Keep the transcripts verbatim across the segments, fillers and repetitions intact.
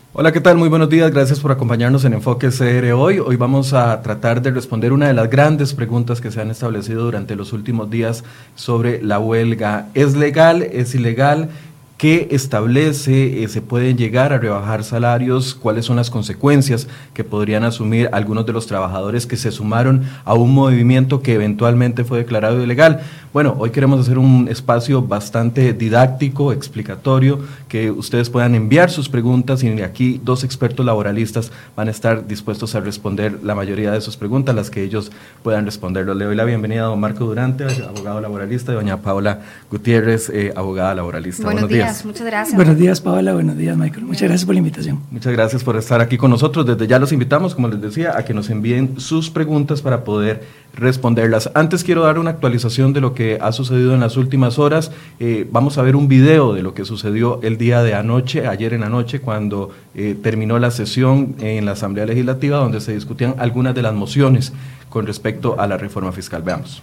Hola, ¿qué tal? Muy buenos días, gracias por acompañarnos en Enfoque C R hoy. Hoy vamos a tratar de responder una de las grandes preguntas que se han establecido durante los últimos días sobre la huelga. ¿Es legal? ¿Es ilegal? ¿Qué establece? Eh, ¿Se pueden llegar a rebajar salarios? ¿Cuáles son las consecuencias que podrían asumir algunos de los trabajadores que se sumaron a un movimiento que eventualmente fue declarado ilegal? Bueno, hoy queremos hacer un espacio bastante didáctico, explicatorio, que ustedes puedan enviar sus preguntas y aquí dos expertos laboralistas van a estar dispuestos a responder la mayoría de sus preguntas, las que ellos puedan responderlo. Le doy la bienvenida a don Marco Durante, abogado laboralista, y doña Paola Gutiérrez, eh, abogada laboralista. Buenos, Buenos días. días. Muchas gracias. Buenos días, Paola. Buenos días, Michael. Muchas gracias por la invitación. Muchas gracias por estar aquí con nosotros. Desde ya los invitamos, como les decía, a que nos envíen sus preguntas para poder responderlas. Antes quiero dar una actualización de lo que ha sucedido en las últimas horas. Eh, vamos a ver un video de lo que sucedió el día de anoche, ayer en la noche, cuando eh, terminó la sesión en la Asamblea Legislativa, donde se discutían algunas de las mociones con respecto a la reforma fiscal. Veamos.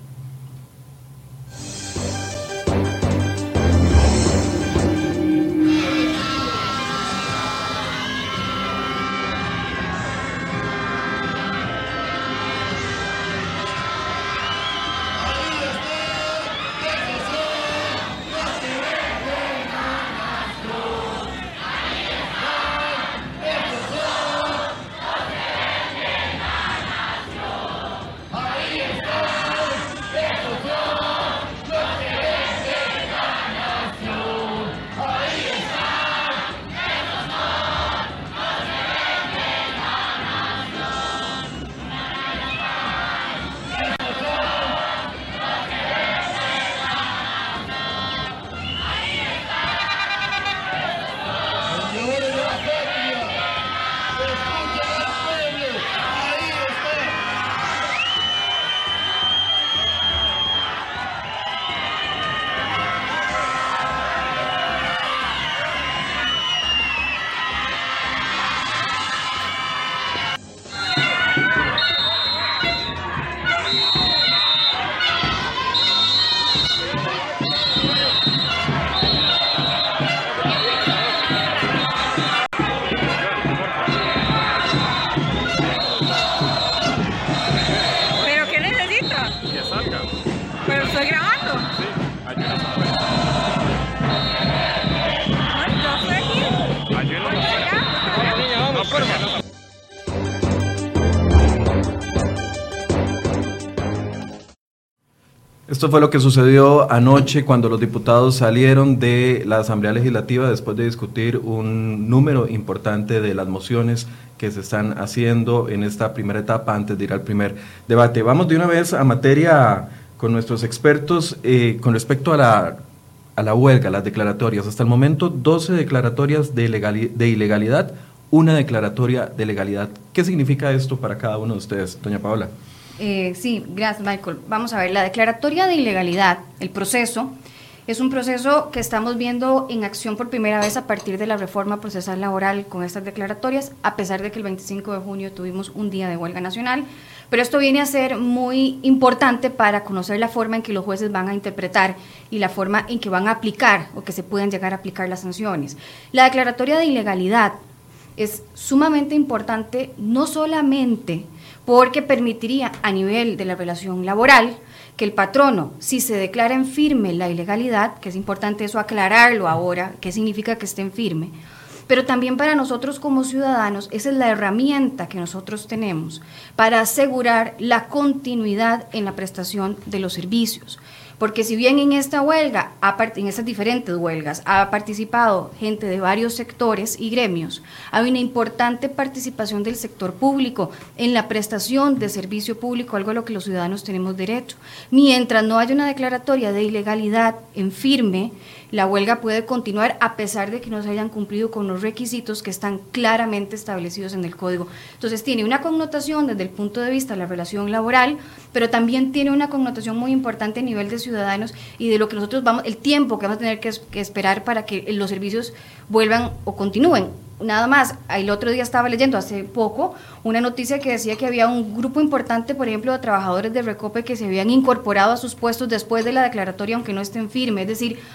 Esto fue lo que sucedió anoche cuando los diputados salieron de la Asamblea Legislativa después de discutir un número importante de las mociones que se están haciendo en esta primera etapa antes de ir al primer debate. Vamos de una vez a materia con nuestros expertos eh, con respecto a la, a la huelga, las declaratorias. Hasta el momento, doce declaratorias de, legali- de ilegalidad, una declaratoria de legalidad. ¿Qué significa esto para cada uno de ustedes, doña Paola? Eh, sí, gracias, Michael. Vamos a ver, la declaratoria de ilegalidad, el proceso, es un proceso que estamos viendo en acción por primera vez a partir de la reforma procesal laboral con estas declaratorias, a pesar de que el veinticinco de junio tuvimos un día de huelga nacional, pero esto viene a ser muy importante para conocer la forma en que los jueces van a interpretar y la forma en que van a aplicar o que se pueden llegar a aplicar las sanciones. La declaratoria de ilegalidad es sumamente importante, no solamente porque permitiría a nivel de la relación laboral que el patrono, si se declara en firme la ilegalidad, que es importante eso aclararlo ahora, qué significa que esté en firme, pero también para nosotros como ciudadanos, esa es la herramienta que nosotros tenemos para asegurar la continuidad en la prestación de los servicios. Porque si bien en esta huelga, en estas diferentes huelgas, ha participado gente de varios sectores y gremios, hay una importante participación del sector público en la prestación de servicio público, algo a lo que los ciudadanos tenemos derecho. Mientras no haya una declaratoria de ilegalidad en firme, la huelga puede continuar a pesar de que no se hayan cumplido con los requisitos que están claramente establecidos en el código. Entonces tiene una connotación desde el punto de vista de la relación laboral, pero también tiene una connotación muy importante a nivel de ciudadanos y de lo que nosotros vamos, el tiempo que vamos a tener que, que esperar para que los servicios vuelvan o continúen. Nada más, el otro día estaba leyendo hace poco una noticia que decía que había un grupo importante, por ejemplo, de trabajadores de Recope que se habían incorporado a sus puestos después de la declaratoria, aunque no estén firmes, es decir,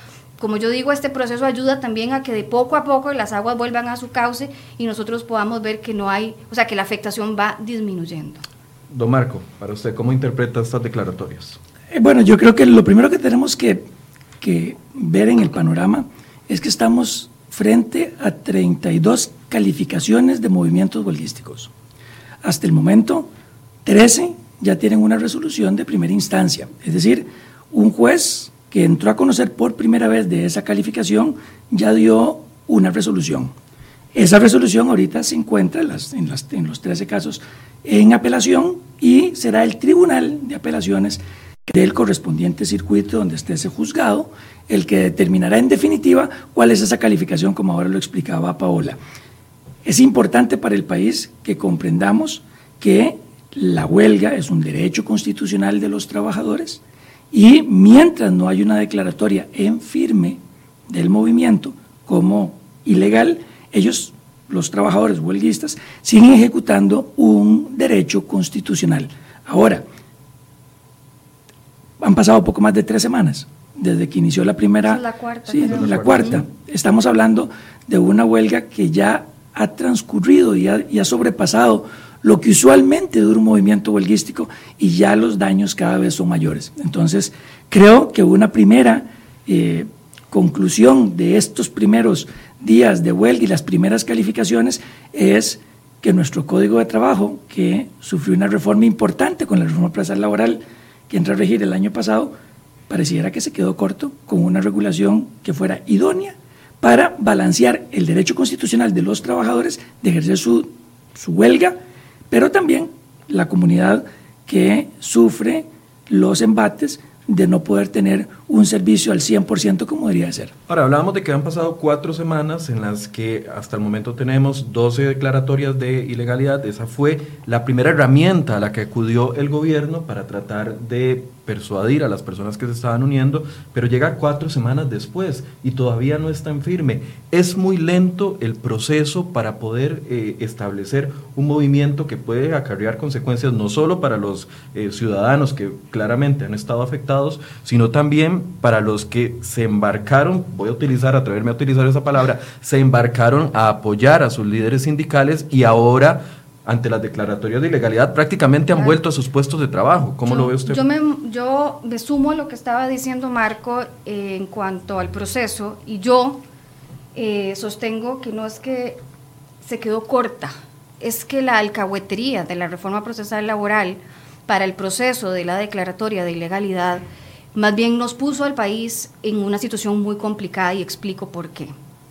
como yo digo, este proceso ayuda también a que de poco a poco las aguas vuelvan a su cauce y nosotros podamos ver que no hay, o sea, que la afectación va disminuyendo. Don Marco, para usted, ¿cómo interpreta estas declaratorias? Eh, bueno, yo creo que lo primero que tenemos que, que ver en el panorama es que estamos frente a treinta y dos calificaciones de movimientos huelguísticos. Hasta el momento, trece ya tienen una resolución de primera instancia, es decir, un juez que entró a conocer por primera vez de esa calificación, ya dio una resolución. Esa resolución ahorita se encuentra en, las, en, las, en los trece casos en apelación y será el Tribunal de Apelaciones del correspondiente circuito donde esté ese juzgado el que determinará en definitiva cuál es esa calificación, como ahora lo explicaba Paola. Es importante para el país que comprendamos que la huelga es un derecho constitucional de los trabajadores, y mientras no hay una declaratoria en firme del movimiento como ilegal, ellos, los trabajadores huelguistas, siguen ejecutando un derecho constitucional. Ahora, han pasado poco más de tres semanas desde que inició la primera... Es la cuarta. Sí, la, la cuarta. Estamos hablando de una huelga que ya ha transcurrido y ha, y ha sobrepasado lo que usualmente dura un movimiento huelguístico y ya los daños cada vez son mayores. Entonces, creo que una primera eh, conclusión de estos primeros días de huelga y las primeras calificaciones es que nuestro Código de Trabajo, que sufrió una reforma importante con la reforma procesal laboral que entró a regir el año pasado, pareciera que se quedó corto con una regulación que fuera idónea para balancear el derecho constitucional de los trabajadores de ejercer su, su huelga, pero también la comunidad que sufre los embates de no poder tener un servicio al cien por ciento como debería ser. Ahora, hablábamos de que han pasado cuatro semanas en las que hasta el momento tenemos doce declaratorias de ilegalidad. Esa fue la primera herramienta a la que acudió el gobierno para tratar de persuadir a las personas que se estaban uniendo, pero llega cuatro semanas después y todavía no está en firme. Es muy lento el proceso para poder eh, establecer un movimiento que puede acarrear consecuencias no solo para los eh, ciudadanos que claramente han estado afectados, sino también para los que se embarcaron, voy a utilizar, atreverme a utilizar esa palabra, se embarcaron a apoyar a sus líderes sindicales y ahora, ante las declaratorias de ilegalidad, prácticamente han claro. vuelto a sus puestos de trabajo. ¿Cómo yo, lo ve usted? Yo me, yo me sumo a lo que estaba diciendo Marco eh, en cuanto al proceso, y yo eh, sostengo que no es que se quedó corta, es que la alcahuetería de la reforma procesal laboral para el proceso de la declaratoria de ilegalidad más bien nos puso al país en una situación muy complicada, y explico por qué.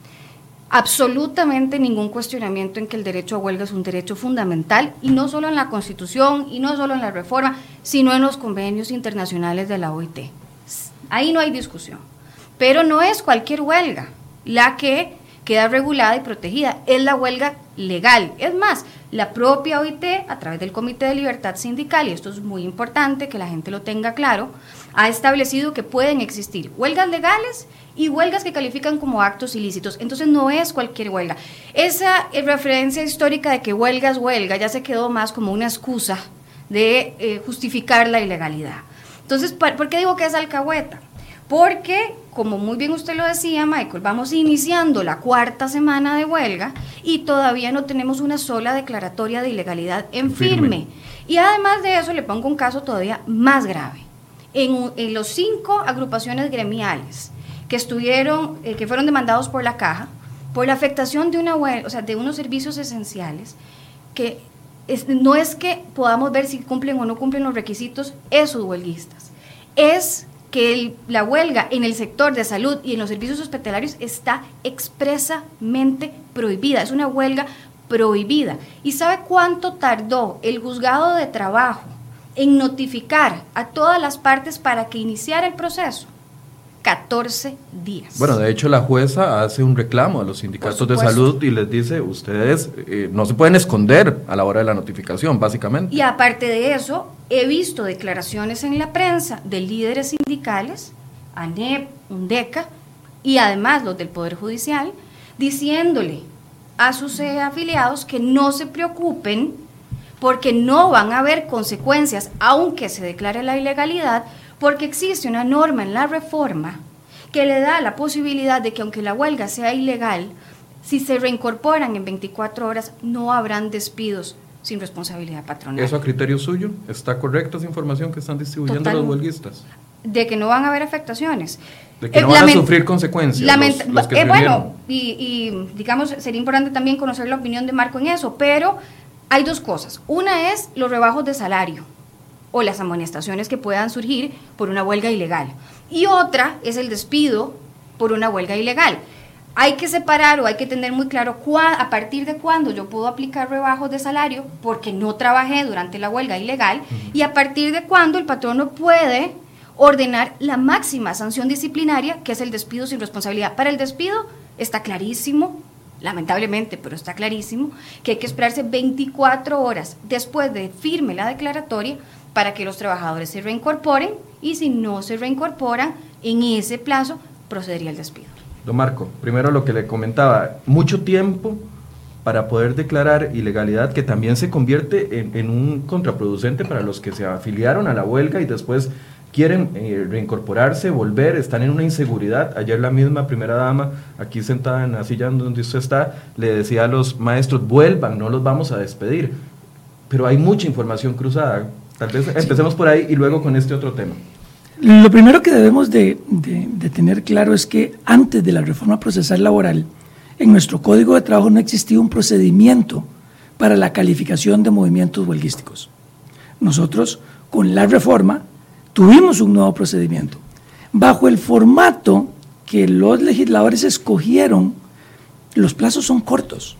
Absolutamente ningún cuestionamiento en que el derecho a huelga es un derecho fundamental, y no solo en la Constitución, y no solo en la reforma, sino en los convenios internacionales de la O I T. Ahí no hay discusión. Pero no es cualquier huelga la que queda regulada y protegida, es la huelga legal. Es más, la propia O I T, a través del Comité de Libertad Sindical, y esto es muy importante que la gente lo tenga claro, ha establecido que pueden existir huelgas legales y huelgas que califican como actos ilícitos. Entonces no es cualquier huelga. Esa referencia histórica de que huelga es huelga ya se quedó más como una excusa de eh, justificar la ilegalidad. Entonces, ¿por qué digo que es alcahueta? Porque, como muy bien usted lo decía, Michael, vamos iniciando la cuarta semana de huelga y todavía no tenemos una sola declaratoria de ilegalidad en firme. firme. Y además de eso, le pongo un caso todavía más grave. En, en los cinco agrupaciones gremiales que estuvieron, eh, que fueron demandados por la Caja, por la afectación de una huelga, o sea, de unos servicios esenciales, que es, no es que podamos ver si cumplen o no cumplen los requisitos esos huelguistas, es que el, la huelga en el sector de salud y en los servicios hospitalarios está expresamente prohibida, es una huelga prohibida. ¿Y sabe cuánto tardó el juzgado de trabajo en notificar a todas las partes para que iniciara el proceso? catorce días. Bueno, de hecho la jueza hace un reclamo a los sindicatos de salud y les dice, ustedes eh, no se pueden esconder a la hora de la notificación, básicamente. Y aparte de eso, he visto declaraciones en la prensa de líderes sindicales, ANEP, UNDECA, y además los del Poder Judicial, diciéndole a sus eh, afiliados que no se preocupen porque no van a haber consecuencias, aunque se declare la ilegalidad, porque existe una norma en la reforma que le da la posibilidad de que aunque la huelga sea ilegal, si se reincorporan en veinticuatro horas, no habrán despidos sin responsabilidad patronal. ¿Eso a criterio suyo? ¿Está correcta esa información que están distribuyendo Total, los huelguistas? De que no van a haber afectaciones. De que no eh, van lament- a sufrir consecuencias lament- los, los que eh, se Bueno, y, y digamos, sería importante también conocer la opinión de Marco en eso, pero hay dos cosas. Una es los rebajos de salario o las amonestaciones que puedan surgir por una huelga ilegal. Y otra es el despido por una huelga ilegal. Hay que separar o hay que tener muy claro cua, a partir de cuándo yo puedo aplicar rebajos de salario porque no trabajé durante la huelga ilegal, uh-huh, y a partir de cuándo el patrono puede ordenar la máxima sanción disciplinaria, que es el despido sin responsabilidad. Para el despido está clarísimo, lamentablemente, pero está clarísimo, que hay que esperarse veinticuatro horas después de firme la declaratoria para que los trabajadores se reincorporen, y si no se reincorporan, en ese plazo procedería el despido. Don Marco, primero lo que le comentaba, mucho tiempo para poder declarar ilegalidad, que también se convierte en, en un contraproducente para los que se afiliaron a la huelga y después quieren eh, reincorporarse, volver, están en una inseguridad. Ayer la misma primera dama, aquí sentada en la silla donde usted está, le decía a los maestros, vuelvan, no los vamos a despedir. Pero hay mucha información cruzada. Tal vez empecemos por ahí y luego con este otro tema. Lo primero que debemos de, de, de tener claro es que antes de la reforma procesal laboral, en nuestro Código de Trabajo no existía un procedimiento para la calificación de movimientos huelguísticos. Nosotros, con la reforma, tuvimos un nuevo procedimiento. Bajo el formato que los legisladores escogieron, los plazos son cortos.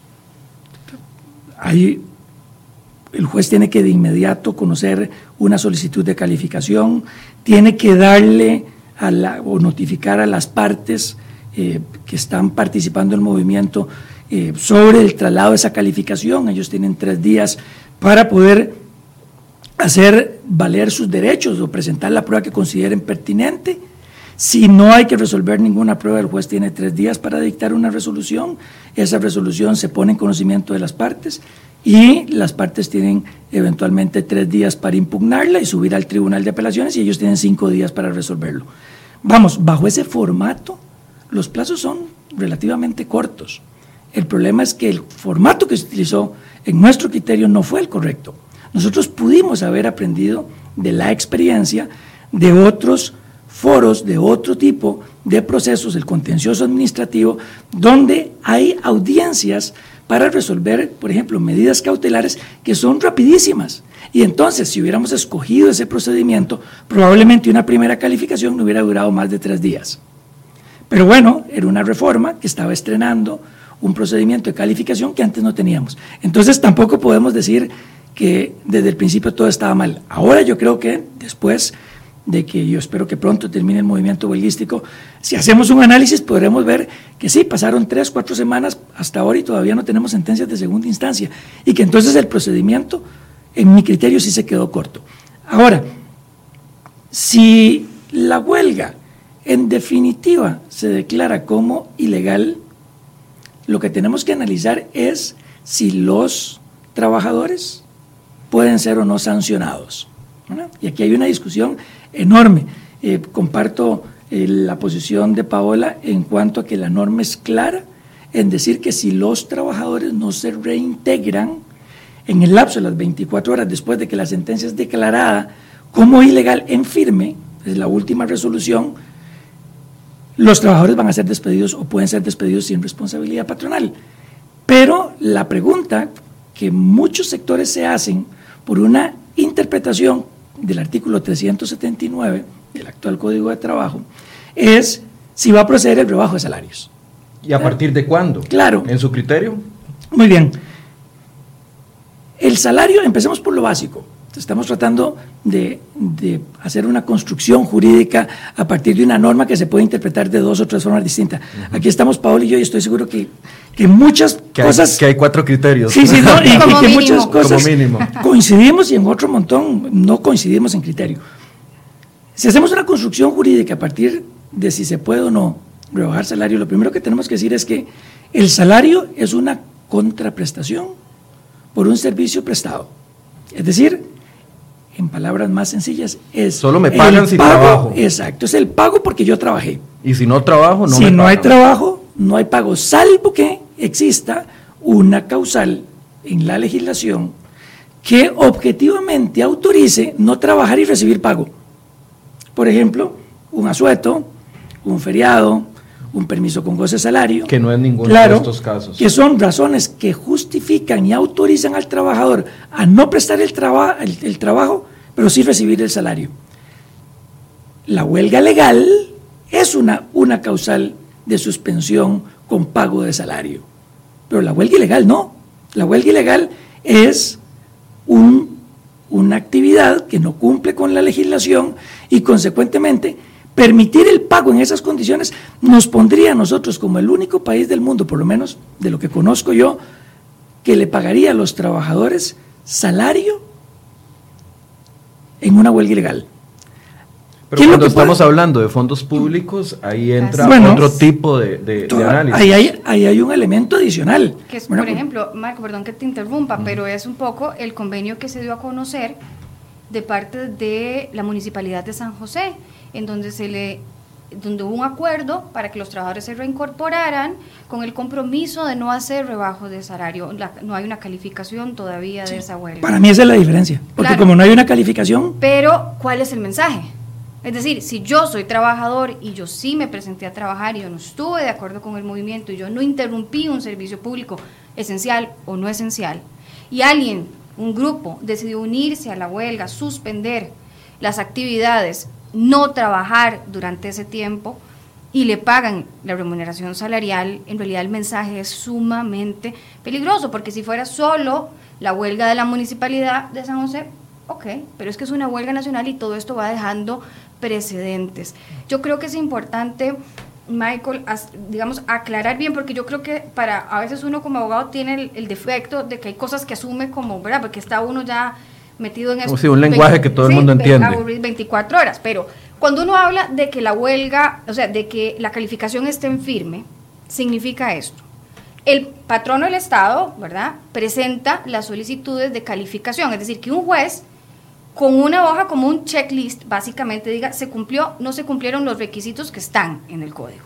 Hay... El juez tiene que de inmediato conocer una solicitud de calificación, tiene que darle a la, o notificar a las partes eh, que están participando en el movimiento eh, sobre el traslado de esa calificación. Ellos tienen tres días para poder hacer valer sus derechos o presentar la prueba que consideren pertinente. Si no hay que resolver ninguna prueba, el juez tiene tres días para dictar una resolución. Esa resolución se pone en conocimiento de las partes y las partes tienen eventualmente tres días para impugnarla y subir al Tribunal de Apelaciones, y ellos tienen cinco días para resolverlo. Vamos, bajo ese formato, los plazos son relativamente cortos. El problema es que el formato que se utilizó en nuestro criterio no fue el correcto. Nosotros pudimos haber aprendido de la experiencia de otros foros, de otro tipo de procesos, el contencioso administrativo, donde hay audiencias para resolver, por ejemplo, medidas cautelares que son rapidísimas. Y entonces, si hubiéramos escogido ese procedimiento, probablemente una primera calificación no hubiera durado más de tres días. Pero bueno, era una reforma que estaba estrenando un procedimiento de calificación que antes no teníamos. Entonces, tampoco podemos decir que desde el principio todo estaba mal. Ahora yo creo que después de que yo espero que pronto termine el movimiento huelguístico, si hacemos un análisis podremos ver que sí, pasaron tres, cuatro semanas hasta ahora y todavía no tenemos sentencias de segunda instancia, y que entonces el procedimiento, en mi criterio, sí se quedó corto. Ahora, si la huelga en definitiva se declara como ilegal, lo que tenemos que analizar es si los trabajadores pueden ser o no sancionados, ¿no? Y aquí hay una discusión enorme. Eh, comparto eh, la posición de Paola en cuanto a que la norma es clara en decir que si los trabajadores no se reintegran en el lapso de las veinticuatro horas después de que la sentencia es declarada como ilegal en firme, es la última resolución, los trabajadores van a ser despedidos o pueden ser despedidos sin responsabilidad patronal. Pero la pregunta que muchos sectores se hacen por una interpretación del artículo trescientos setenta y nueve del actual Código de Trabajo es si va a proceder el rebajo de salarios. ¿Y a partir de cuándo? Claro. ¿En su criterio? Muy bien. El salario, empecemos por lo básico. Estamos tratando de, de hacer una construcción jurídica a partir de una norma que se puede interpretar de dos o tres formas distintas. Uh-huh. Aquí estamos Paola y yo, y estoy seguro que, que muchas que cosas... Hay, que hay cuatro criterios. Sí, sí, no, y, como y que mínimo. muchas cosas como mínimo. Coincidimos y en otro montón no coincidimos en criterio. Si hacemos una construcción jurídica a partir de si se puede o no rebajar salario, lo primero que tenemos que decir es que el salario es una contraprestación por un servicio prestado. Es decir, en palabras más sencillas, es solo me pagan si pago, trabajo. Exacto, es el pago porque yo trabajé. Y si no trabajo, no si me no hay pagan. trabajo, no hay pago, salvo que exista una causal en la legislación que objetivamente autorice no trabajar y recibir pago. Por ejemplo, un asueto, un feriado, un permiso con goce de salario. Que no es ninguno claro, de estos casos. Que son razones que justifican y autorizan al trabajador a no prestar el, traba, el, el trabajo, pero sí recibir el salario. La huelga legal es una, una causal de suspensión con pago de salario. Pero la huelga ilegal no. La huelga ilegal es un, una actividad que no cumple con la legislación y consecuentemente permitir el pago en esas condiciones nos pondría a nosotros como el único país del mundo, por lo menos de lo que conozco yo, que le pagaría a los trabajadores salario en una huelga ilegal. Pero cuando estamos puede? hablando de fondos públicos, ahí entra bueno, otro tipo de, de, de análisis. Ahí hay, ahí hay un elemento adicional. Que es, bueno, por ejemplo, Marco, perdón que te interrumpa, uh-huh. pero es un poco el convenio que se dio a conocer de parte de la Municipalidad de San José, en donde se le donde hubo un acuerdo para que los trabajadores se reincorporaran con el compromiso de no hacer rebajo de salario. La, no hay una calificación todavía sí. de esa huelga. Para mí esa es la diferencia, porque claro, como no hay una calificación... Pero, ¿cuál es el mensaje? Es decir, si yo soy trabajador y yo sí me presenté a trabajar y yo no estuve de acuerdo con el movimiento y yo no interrumpí un servicio público esencial o no esencial, y alguien, un grupo, decidió unirse a la huelga, suspender las actividades, no trabajar durante ese tiempo y le pagan la remuneración salarial, en realidad el mensaje es sumamente peligroso, porque si fuera solo la huelga de la Municipalidad de San José, ok, pero es que es una huelga nacional y todo esto va dejando precedentes. Yo creo que es importante, Michael, as, digamos, aclarar bien, porque yo creo que para a veces uno como abogado tiene el, el defecto de que hay cosas que asume como, ¿verdad? Porque está uno ya metido en eso. Sí, un lenguaje veinte, que todo el mundo sí, entiende. veinticuatro horas, pero cuando uno habla de que la huelga, o sea, de que la calificación esté en firme, significa esto. El patrono del Estado, ¿verdad?, presenta las solicitudes de calificación, es decir, que un juez con una hoja como un checklist, básicamente diga, se cumplió, no se cumplieron los requisitos que están en el código.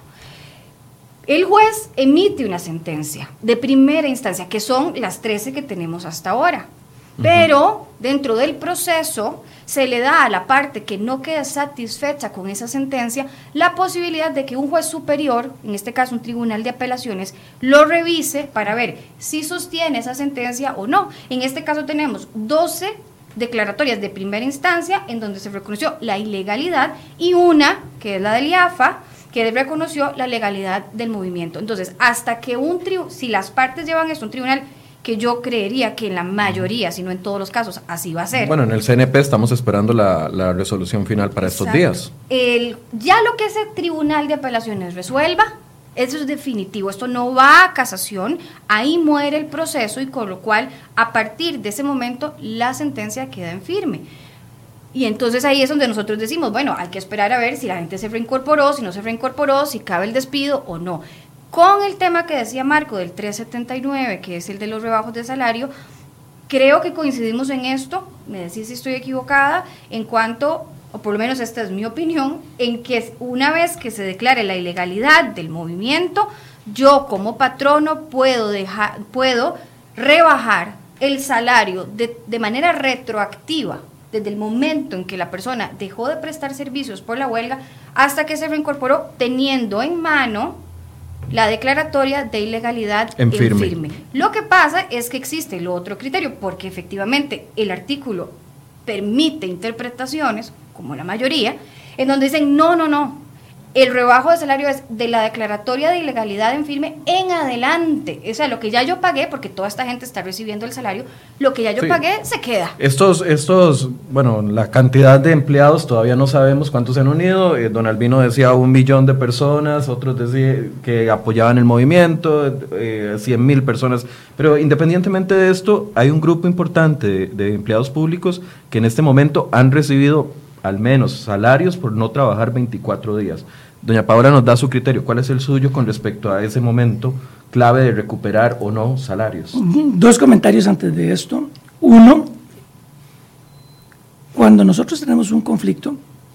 El juez emite una sentencia de primera instancia, que son las trece que tenemos hasta ahora, uh-huh. pero dentro del proceso se le da a la parte que no queda satisfecha con esa sentencia la posibilidad de que un juez superior, en este caso un tribunal de apelaciones, lo revise para ver si sostiene esa sentencia o no. En este caso tenemos doce declaratorias de primera instancia en donde se reconoció la ilegalidad y una, que es la del I A F A, que reconoció la legalidad del movimiento. Entonces, hasta que un tribunal, si las partes llevan esto a un tribunal, que yo creería que en la mayoría, si no en todos los casos, así va a ser. Bueno, en el C N P estamos esperando la, la resolución final para Exacto. estos días. El, ya lo que ese tribunal de apelaciones resuelva, eso es definitivo, esto no va a casación, ahí muere el proceso y con lo cual, a partir de ese momento, la sentencia queda en firme. Y entonces ahí es donde nosotros decimos, bueno, hay que esperar a ver si la gente se reincorporó, si no se reincorporó, si cabe el despido o no. Con el tema que decía Marco del trescientos setenta y nueve, que es el de los rebajos de salario, creo que coincidimos en esto, me decís si estoy equivocada, en cuanto, o por lo menos esta es mi opinión, en que una vez que se declare la ilegalidad del movimiento, yo como patrono puedo, dejar, puedo rebajar el salario de, de manera retroactiva, desde el momento en que la persona dejó de prestar servicios por la huelga hasta que se reincorporó, teniendo en mano la declaratoria de ilegalidad en firme. en firme. Lo que pasa es que existe el otro criterio, porque efectivamente el artículo permite interpretaciones, como la mayoría, en donde dicen, no, no, no, el rebajo de salario es de la declaratoria de ilegalidad en firme en adelante. O sea, lo que ya yo pagué, porque toda esta gente está recibiendo el salario, lo que ya yo sí. pagué se queda. Estos, estos, bueno, la cantidad de empleados todavía no sabemos cuántos se han unido. Eh, don Albino decía un millón de personas, otros decían que apoyaban el movimiento, eh, cien mil personas. Pero independientemente de esto, hay un grupo importante de, de empleados públicos que en este momento han recibido al menos salarios por no trabajar veinticuatro días. Doña Paola nos da su criterio. ¿Cuál es el suyo con respecto a ese momento clave de recuperar o no salarios? Dos comentarios antes de esto. Uno, cuando nosotros tenemos un conflicto,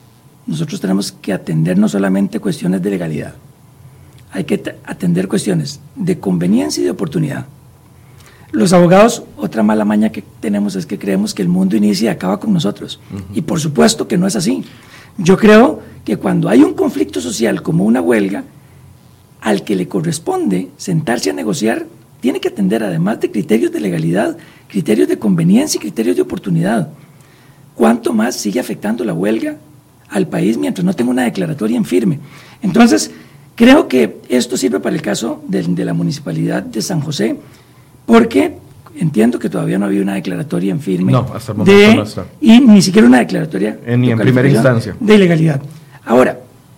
nosotros tenemos que atender no solamente cuestiones de legalidad, hay que t- atender cuestiones de conveniencia y de oportunidad. Los abogados, otra mala maña que tenemos es que creemos que el mundo inicia y acaba con nosotros. Uh-huh. Y por supuesto que no es así. Yo creo que cuando hay un conflicto social como una huelga, al que le corresponde sentarse a negociar, tiene que atender, además de criterios de legalidad, criterios de conveniencia y criterios de oportunidad. ¿Cuánto más sigue afectando la huelga al país mientras no tenga una declaratoria en firme? Entonces, creo que esto sirve para el caso de, de la Municipalidad de San José, porque entiendo que todavía no había una declaratoria en firme. No, hasta el momento de, no está. Y ni siquiera una declaratoria en, ni en primera instancia de ilegalidad. Ahora,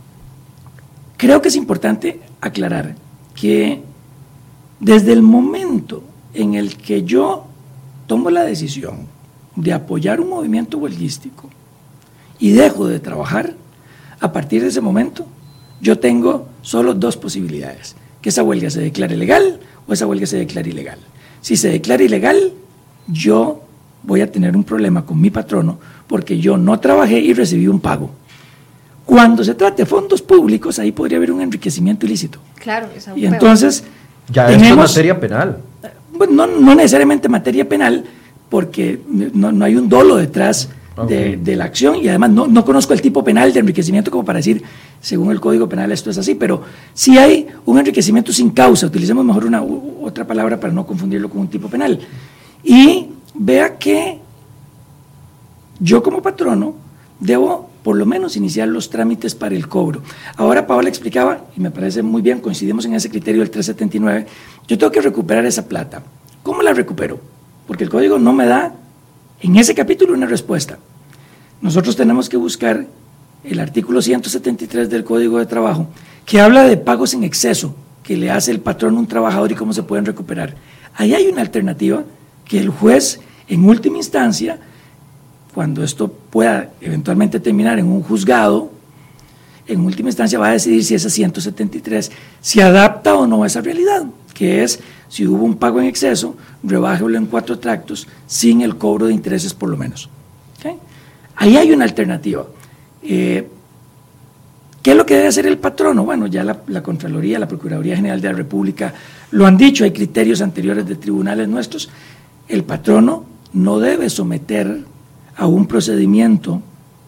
creo que es importante aclarar que desde el momento en el que yo tomo la decisión de apoyar un movimiento huelguístico y dejo de trabajar, a partir de ese momento yo tengo solo dos posibilidades: que esa huelga se declare legal o esa huelga se declare ilegal. Si se declara ilegal, yo voy a tener un problema con mi patrono porque yo no trabajé y recibí un pago. Cuando se trate de fondos públicos, ahí podría haber un enriquecimiento ilícito. Claro, es y entonces ya tenemos, esto es materia penal. Bueno, no, no necesariamente materia penal, porque no, no hay un dolo detrás okay. de, de la acción, y además no, no conozco el tipo penal de enriquecimiento como para decir, según el Código Penal esto es así, pero sí hay un enriquecimiento sin causa, utilicemos mejor una u, otra palabra para no confundirlo con un tipo penal. Y vea que yo como patrono debo por lo menos iniciar los trámites para el cobro. Ahora Paola explicaba, y me parece muy bien, coincidimos en ese criterio del trescientos setenta y nueve, yo tengo que recuperar esa plata. ¿Cómo la recupero? Porque el código no me da en ese capítulo una respuesta. Nosotros tenemos que buscar el artículo ciento setenta y tres del Código de Trabajo, que habla de pagos en exceso que le hace el patrón a un trabajador y cómo se pueden recuperar. Ahí hay una alternativa que el juez, en última instancia, cuando esto pueda eventualmente terminar en un juzgado, en última instancia va a decidir si ese ciento setenta y tres se adapta o no a esa realidad, que es, si hubo un pago en exceso, rebájelo en cuatro tractos sin el cobro de intereses por lo menos. ¿Okay? Ahí hay una alternativa. Eh, ¿Qué es lo que debe hacer el patrono? Bueno, ya la, la Contraloría, la Procuraduría General de la República lo han dicho, hay criterios anteriores de tribunales nuestros. El patrono no debe someter a un procedimiento,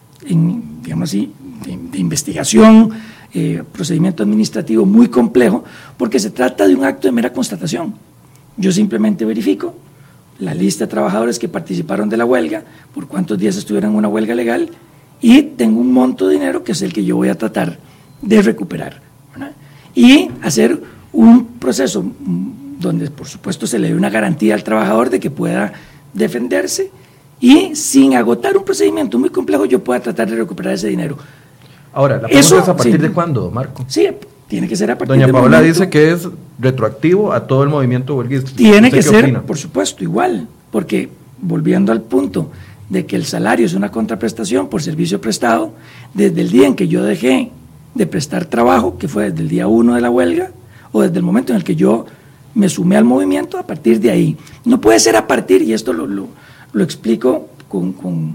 en, digamos así, de, de investigación, eh, procedimiento administrativo muy complejo, porque se trata de un acto de mera constatación. Yo simplemente verifico la lista de trabajadores que participaron de la huelga, por cuántos días estuvieron en una huelga legal, y tengo un monto de dinero que es el que yo voy a tratar de recuperar, ¿verdad? Y hacer un proceso donde, por supuesto, se le dé una garantía al trabajador de que pueda defenderse, y sin agotar un procedimiento muy complejo yo pueda tratar de recuperar ese dinero. Ahora, la pregunta Eso, es a partir sí, de cuándo, Marco. Sí, tiene que ser a partir de de Doña Paola dice que es retroactivo a todo el movimiento huelguista. Tiene que ser, opina? Por supuesto, igual, porque volviendo al punto de que el salario es una contraprestación por servicio prestado, desde el día en que yo dejé de prestar trabajo, que fue desde el día uno de la huelga, o desde el momento en el que yo me sumé al movimiento, a partir de ahí. No puede ser a partir, y esto lo, lo, lo explico con, con,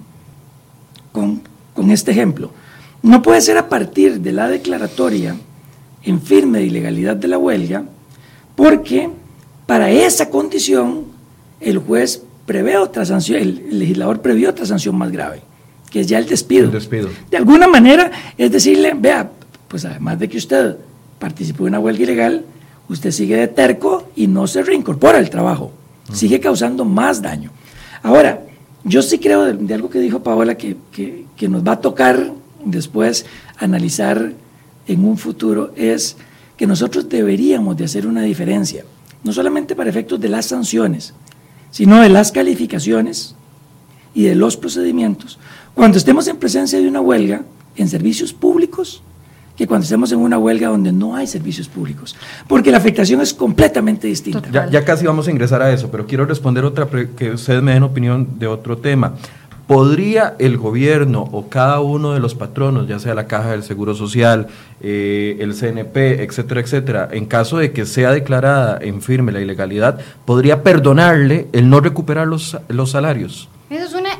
con, con este ejemplo, no puede ser a partir de la declaratoria en firme de ilegalidad de la huelga, porque para esa condición el juez prevé otra sanción, el legislador previó otra sanción más grave, que es ya el despido. El despido. De alguna manera es decirle, vea, pues además de que usted participó en una huelga ilegal, usted sigue de terco y no se reincorpora al trabajo, uh-huh. sigue causando más daño. Ahora, yo sí creo de, de algo que dijo Paola que, que, que nos va a tocar después analizar en un futuro, es que nosotros deberíamos de hacer una diferencia, no solamente para efectos de las sanciones, sino de las calificaciones y de los procedimientos, cuando estemos en presencia de una huelga en servicios públicos, que cuando estemos en una huelga donde no hay servicios públicos, porque la afectación es completamente distinta. Ya, ya casi vamos a ingresar a eso, pero quiero responder otra, que ustedes me den opinión de otro tema. ¿Podría el gobierno o cada uno de los patronos, ya sea la Caja del Seguro Social, eh, el C N P, etcétera, etcétera, en caso de que sea declarada en firme la ilegalidad, podría perdonarle el no recuperar los, los salarios? Esa es una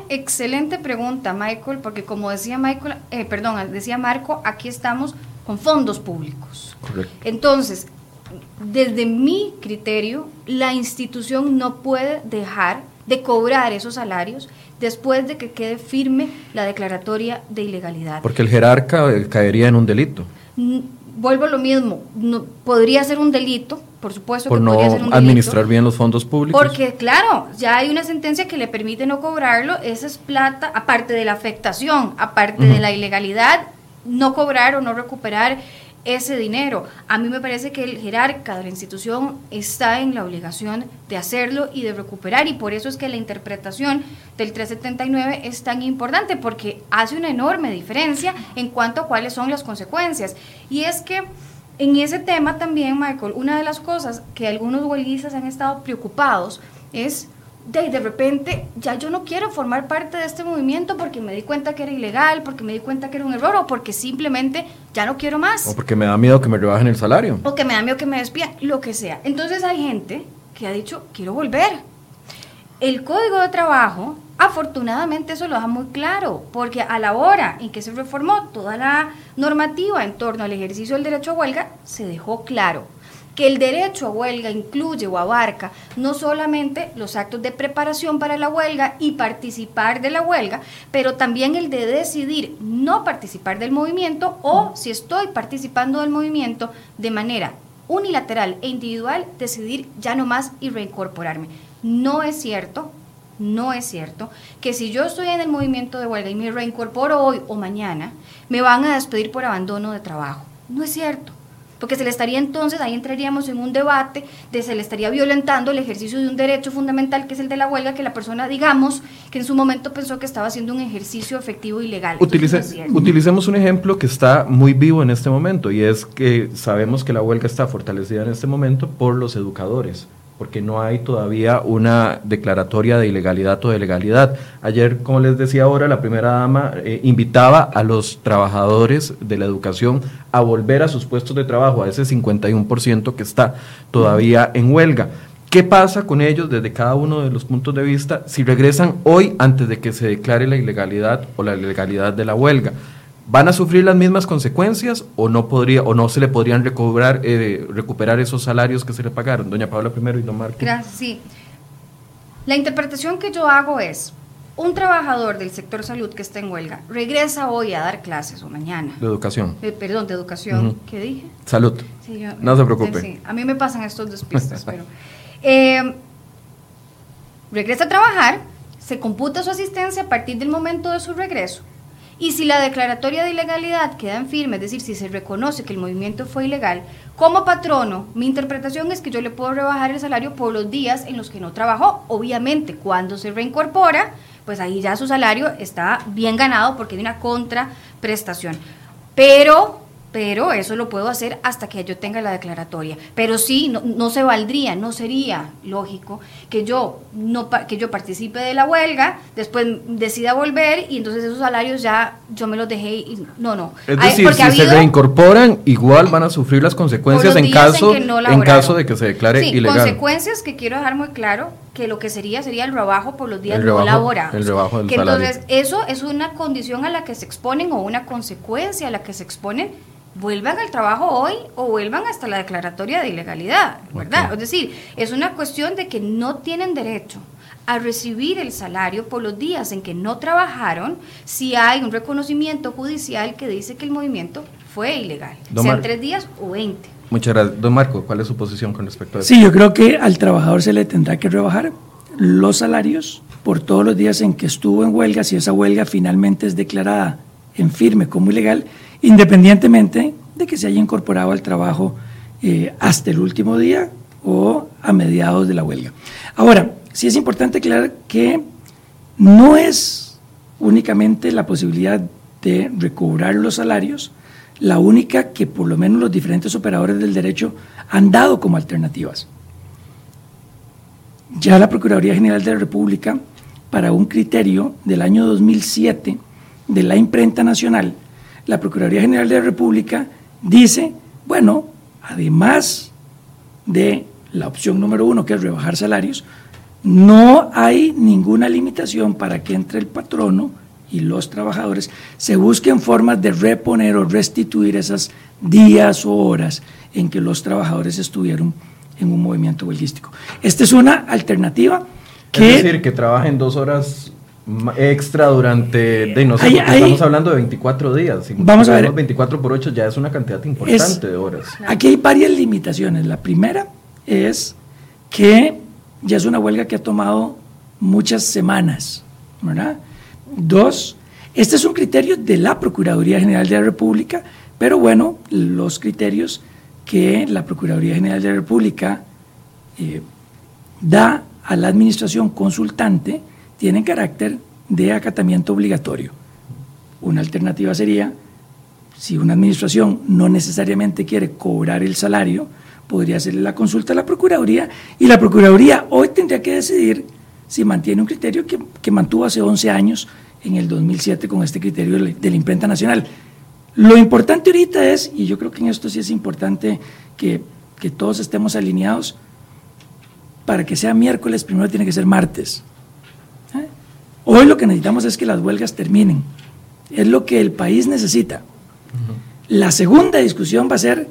excelente pregunta, Michael, porque como decía Michael, eh, perdón, decía Marco, aquí estamos con fondos públicos. Correcto. Entonces, desde mi criterio, la institución no puede dejar de cobrar esos salarios después de que quede firme la declaratoria de ilegalidad. Porque el jerarca caería en un delito. Mm, vuelvo a lo mismo, no, podría ser un delito, por supuesto por que no podría ser un delito. administrar bien los fondos públicos. Porque claro, ya hay una sentencia que le permite no cobrarlo, esa es plata, aparte de la afectación, aparte uh-huh. de la ilegalidad, no cobrar o no recuperar ese dinero. A mí me parece que el jerarca de la institución está en la obligación de hacerlo y de recuperar, y por eso es que la interpretación del trescientos setenta y nueve es tan importante, porque hace una enorme diferencia en cuanto a cuáles son las consecuencias. Y es que en ese tema también, Michael, una de las cosas que algunos huelguistas han estado preocupados es de, de repente, ya yo no quiero formar parte de este movimiento porque me di cuenta que era ilegal, porque me di cuenta que era un error, o porque simplemente ya no quiero más. O porque me da miedo que me rebajen el salario. O que me da miedo que me despidan, lo que sea. Entonces hay gente que ha dicho, quiero volver. El Código de Trabajo, afortunadamente eso lo deja muy claro, porque a la hora en que se reformó toda la normativa en torno al ejercicio del derecho a huelga, se dejó claro que el derecho a huelga incluye o abarca no solamente los actos de preparación para la huelga y participar de la huelga, pero también el de decidir no participar del movimiento, o si estoy participando del movimiento de manera unilateral e individual, decidir ya no más y reincorporarme. No es cierto, no es cierto que si yo estoy en el movimiento de huelga y me reincorporo hoy o mañana, me van a despedir por abandono de trabajo. No es cierto. Porque se le estaría entonces, ahí entraríamos en un debate de se le estaría violentando el ejercicio de un derecho fundamental que es el de la huelga, que la persona, digamos, que en su momento pensó que estaba haciendo un ejercicio efectivo y legal. Utilice, no es utilicemos un ejemplo que está muy vivo en este momento, y es que sabemos que la huelga está fortalecida en este momento por los educadores, porque no hay todavía una declaratoria de ilegalidad o de legalidad. Ayer, como les decía ahora, la primera dama eh, invitaba a los trabajadores de la educación a volver a sus puestos de trabajo, a ese cincuenta y uno por ciento que está todavía en huelga. ¿Qué pasa con ellos desde cada uno de los puntos de vista si regresan hoy antes de que se declare la ilegalidad o la legalidad de la huelga? ¿Van a sufrir las mismas consecuencias o no podría o no se le podrían recobrar, eh, recuperar esos salarios que se le pagaron? Doña Paula primero y don Marco. Gracias, sí. La interpretación que yo hago es, un trabajador del sector salud que está en huelga, regresa hoy a dar clases o mañana. De educación. Eh, perdón, de educación. Uh-huh. ¿Qué dije? Salud. Sí, yo, no se preocupe. Sí, a mí me pasan estos despistes, pero... Eh, regresa a trabajar, se computa su asistencia a partir del momento de su regreso. Y si la declaratoria de ilegalidad queda en firme, es decir, si se reconoce que el movimiento fue ilegal, como patrono, mi interpretación es que yo le puedo rebajar el salario por los días en los que no trabajó. Obviamente, cuando se reincorpora, pues ahí ya su salario está bien ganado porque hay una contraprestación. Pero... pero eso lo puedo hacer hasta que yo tenga la declaratoria. Pero sí, no, no se valdría, no sería lógico que yo no que yo participe de la huelga, después decida volver y entonces esos salarios ya yo me los dejé y no, no. Es decir, si habido, se reincorporan, igual van a sufrir las consecuencias en caso, en, no en caso de que se declare sí, ilegal. Consecuencias que quiero dejar muy claro, que lo que sería sería el rebajo por los días el rebajo, no laborados. El rebajo del que salario. Entonces, eso es una condición a la que se exponen o una consecuencia a la que se exponen, vuelvan al trabajo hoy o vuelvan hasta la declaratoria de ilegalidad, ¿verdad? Okay. Es decir, es una cuestión de que no tienen derecho a recibir el salario por los días en que no trabajaron si hay un reconocimiento judicial que dice que el movimiento fue ilegal, Don sean Mar- tres días o veinte. Muchas gracias. Don Marco, ¿cuál es su posición con respecto a eso? Sí, yo creo que al trabajador se le tendrá que rebajar los salarios por todos los días en que estuvo en huelga, si esa huelga finalmente es declarada en firme como ilegal, independientemente de que se haya incorporado al trabajo eh, hasta el último día o a mediados de la huelga. Ahora, sí es importante aclarar que no es únicamente la posibilidad de recobrar los salarios la única que por lo menos los diferentes operadores del derecho han dado como alternativas. Ya la Procuraduría General de la República, para un criterio del año dos mil siete de la Imprenta Nacional, la Procuraduría General de la República dice, bueno, además de la opción número uno, que es rebajar salarios, no hay ninguna limitación para que entre el patrono y los trabajadores se busquen formas de reponer o restituir esas días o horas en que los trabajadores estuvieron en un movimiento huelguístico. Esta es una alternativa que... Es decir, que trabajen dos horas extra durante, de, no sé, hay, porque hay, estamos hablando de veinticuatro días. Si vamos a ver. veinticuatro por ocho ya es una cantidad importante es, de horas. Aquí hay varias limitaciones. La primera es que ya es una huelga que ha tomado muchas semanas, ¿verdad? Dos, este es un criterio de la Procuraduría General de la República, pero bueno, los criterios que la Procuraduría General de la República eh, da a la administración consultante tienen carácter de acatamiento obligatorio. Una alternativa sería, si una administración no necesariamente quiere cobrar el salario, podría hacerle la consulta a la Procuraduría, y la Procuraduría hoy tendría que decidir si mantiene un criterio que, que mantuvo hace once años, en el dos mil siete, con este criterio de la imprenta nacional. Lo importante ahorita es, y yo creo que en esto sí es importante que, que todos estemos alineados, para que sea miércoles, primero tiene que ser martes. ¿Eh? Hoy lo que necesitamos es que las huelgas terminen. Es lo que el país necesita. Uh-huh. La segunda discusión va a ser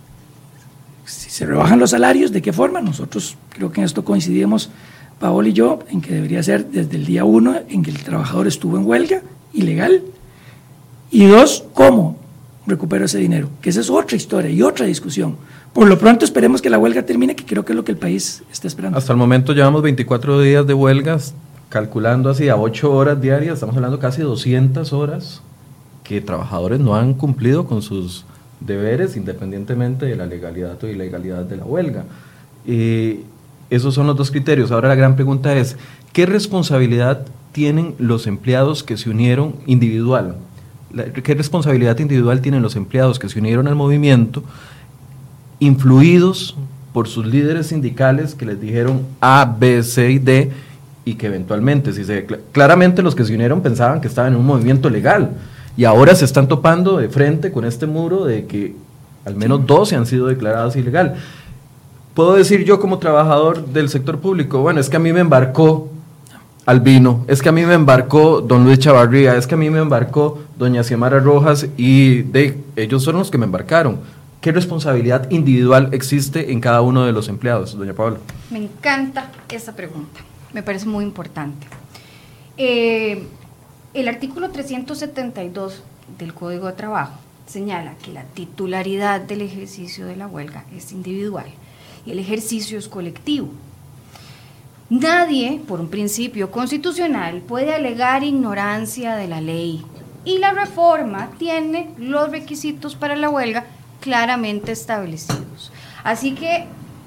si se rebajan los salarios, ¿de qué forma? Nosotros creo que en esto coincidimos, Paola y yo, en que debería ser desde el día uno en que el trabajador estuvo en huelga, ilegal. Y dos, ¿cómo recupero ese dinero? Que esa es otra historia y otra discusión. Por lo pronto esperemos que la huelga termine, que creo que es lo que el país está esperando. Hasta el momento llevamos veinticuatro días de huelgas, calculando así a ocho horas diarias, estamos hablando casi doscientas horas que trabajadores no han cumplido con sus deberes, independientemente de la legalidad o ilegalidad de la huelga. Eh, esos son los dos criterios. Ahora la gran pregunta es, ¿qué responsabilidad tienen los empleados que se unieron individual? ¿Qué responsabilidad individual tienen los empleados que se unieron al movimiento, influidos por sus líderes sindicales que les dijeron A, B, C y D, y que eventualmente, si se, claramente los que se unieron pensaban que estaban en un movimiento legal, y ahora se están topando de frente con este muro de que al menos doce han sido declarados ilegal? Puedo decir yo como trabajador del sector público, bueno, es que a mí me embarcó Albino, es que a mí me embarcó don Luis Chavarría, es que a mí me embarcó doña Xiomara Rojas, y de, ellos son los que me embarcaron. ¿Qué responsabilidad individual existe en cada uno de los empleados, doña Paola? Me encanta esa pregunta, me parece muy importante. Eh, el artículo trescientos setenta y dos del Código de Trabajo señala que la titularidad del ejercicio de la huelga es individual y el ejercicio es colectivo. Nadie, por un principio constitucional, puede alegar ignorancia de la ley, y la reforma tiene los requisitos para la huelga claramente establecidos. Así que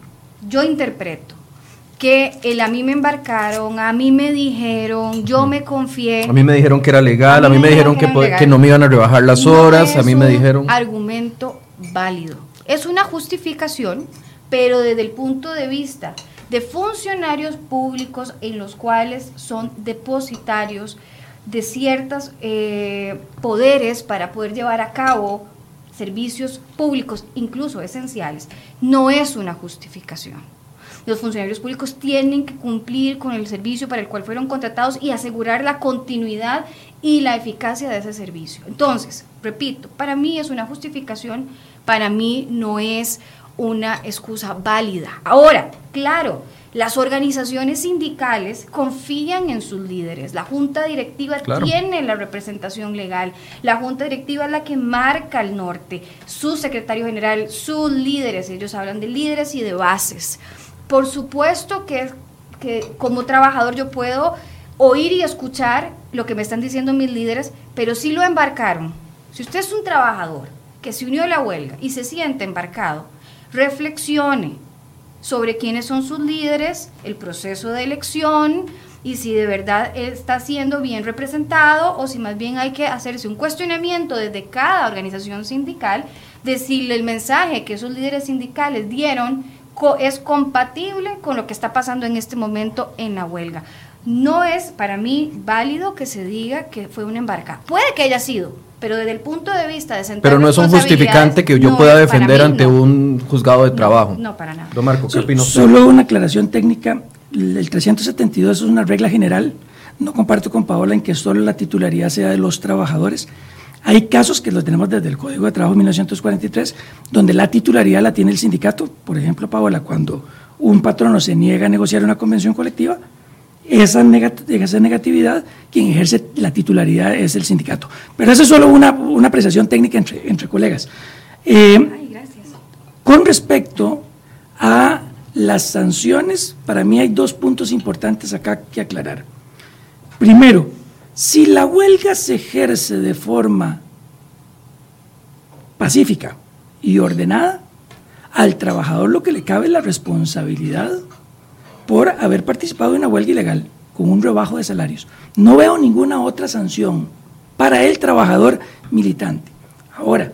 yo interpreto que el a mí me embarcaron, a mí me dijeron, yo me confié. A mí me dijeron que era legal, a mí, a mí me dijeron, dijeron que, que, que no me iban a rebajar las no horas, a mí me dijeron... argumento válido. Es una justificación, pero desde el punto de vista de funcionarios públicos en los cuales son depositarios de ciertos eh, poderes para poder llevar a cabo servicios públicos, incluso esenciales, no es una justificación. Los funcionarios públicos tienen que cumplir con el servicio para el cual fueron contratados y asegurar la continuidad y la eficacia de ese servicio. Entonces, repito, para mí es una justificación, para mí no es una excusa válida. Ahora, claro, las organizaciones sindicales confían en sus líderes, la junta directiva claro. tiene la representación legal, la junta directiva es la que marca el norte, su secretario general, sus líderes, ellos hablan de líderes y de bases. Por supuesto que, que como trabajador yo puedo oír y escuchar lo que me están diciendo mis líderes, pero si lo embarcaron, si usted es un trabajador que se unió a la huelga y se siente embarcado, reflexione sobre quiénes son sus líderes, el proceso de elección y si de verdad está siendo bien representado o si más bien hay que hacerse un cuestionamiento desde cada organización sindical de si el mensaje que esos líderes sindicales dieron co- es compatible con lo que está pasando en este momento en la huelga. No es para mí válido que se diga que fue una embarcada. Puede que haya sido, pero desde el punto de vista de sentar Pero no es un justificante que yo no pueda es, defender mí, ante no. un juzgado de trabajo. No, no para nada. Don Marco, ¿qué opina usted? Solo una aclaración técnica. el trescientos setenta y dos es una regla general. No comparto con Paola en que solo la titularidad sea de los trabajadores. Hay casos que los tenemos desde el Código de Trabajo de mil novecientos cuarenta y tres, donde la titularidad la tiene el sindicato. Por ejemplo, Paola, cuando un patrono se niega a negociar una convención colectiva, esa, negat esa negatividad, quien ejerce la titularidad es el sindicato. Pero eso es solo una, una apreciación técnica entre, entre colegas. Eh, Ay, gracias. Con respecto a las sanciones, para mí hay dos puntos importantes acá que aclarar. Primero, si la huelga se ejerce de forma pacífica y ordenada, al trabajador lo que le cabe es la responsabilidad por haber participado en una huelga ilegal con un rebajo de salarios. No veo ninguna otra sanción para el trabajador militante. Ahora,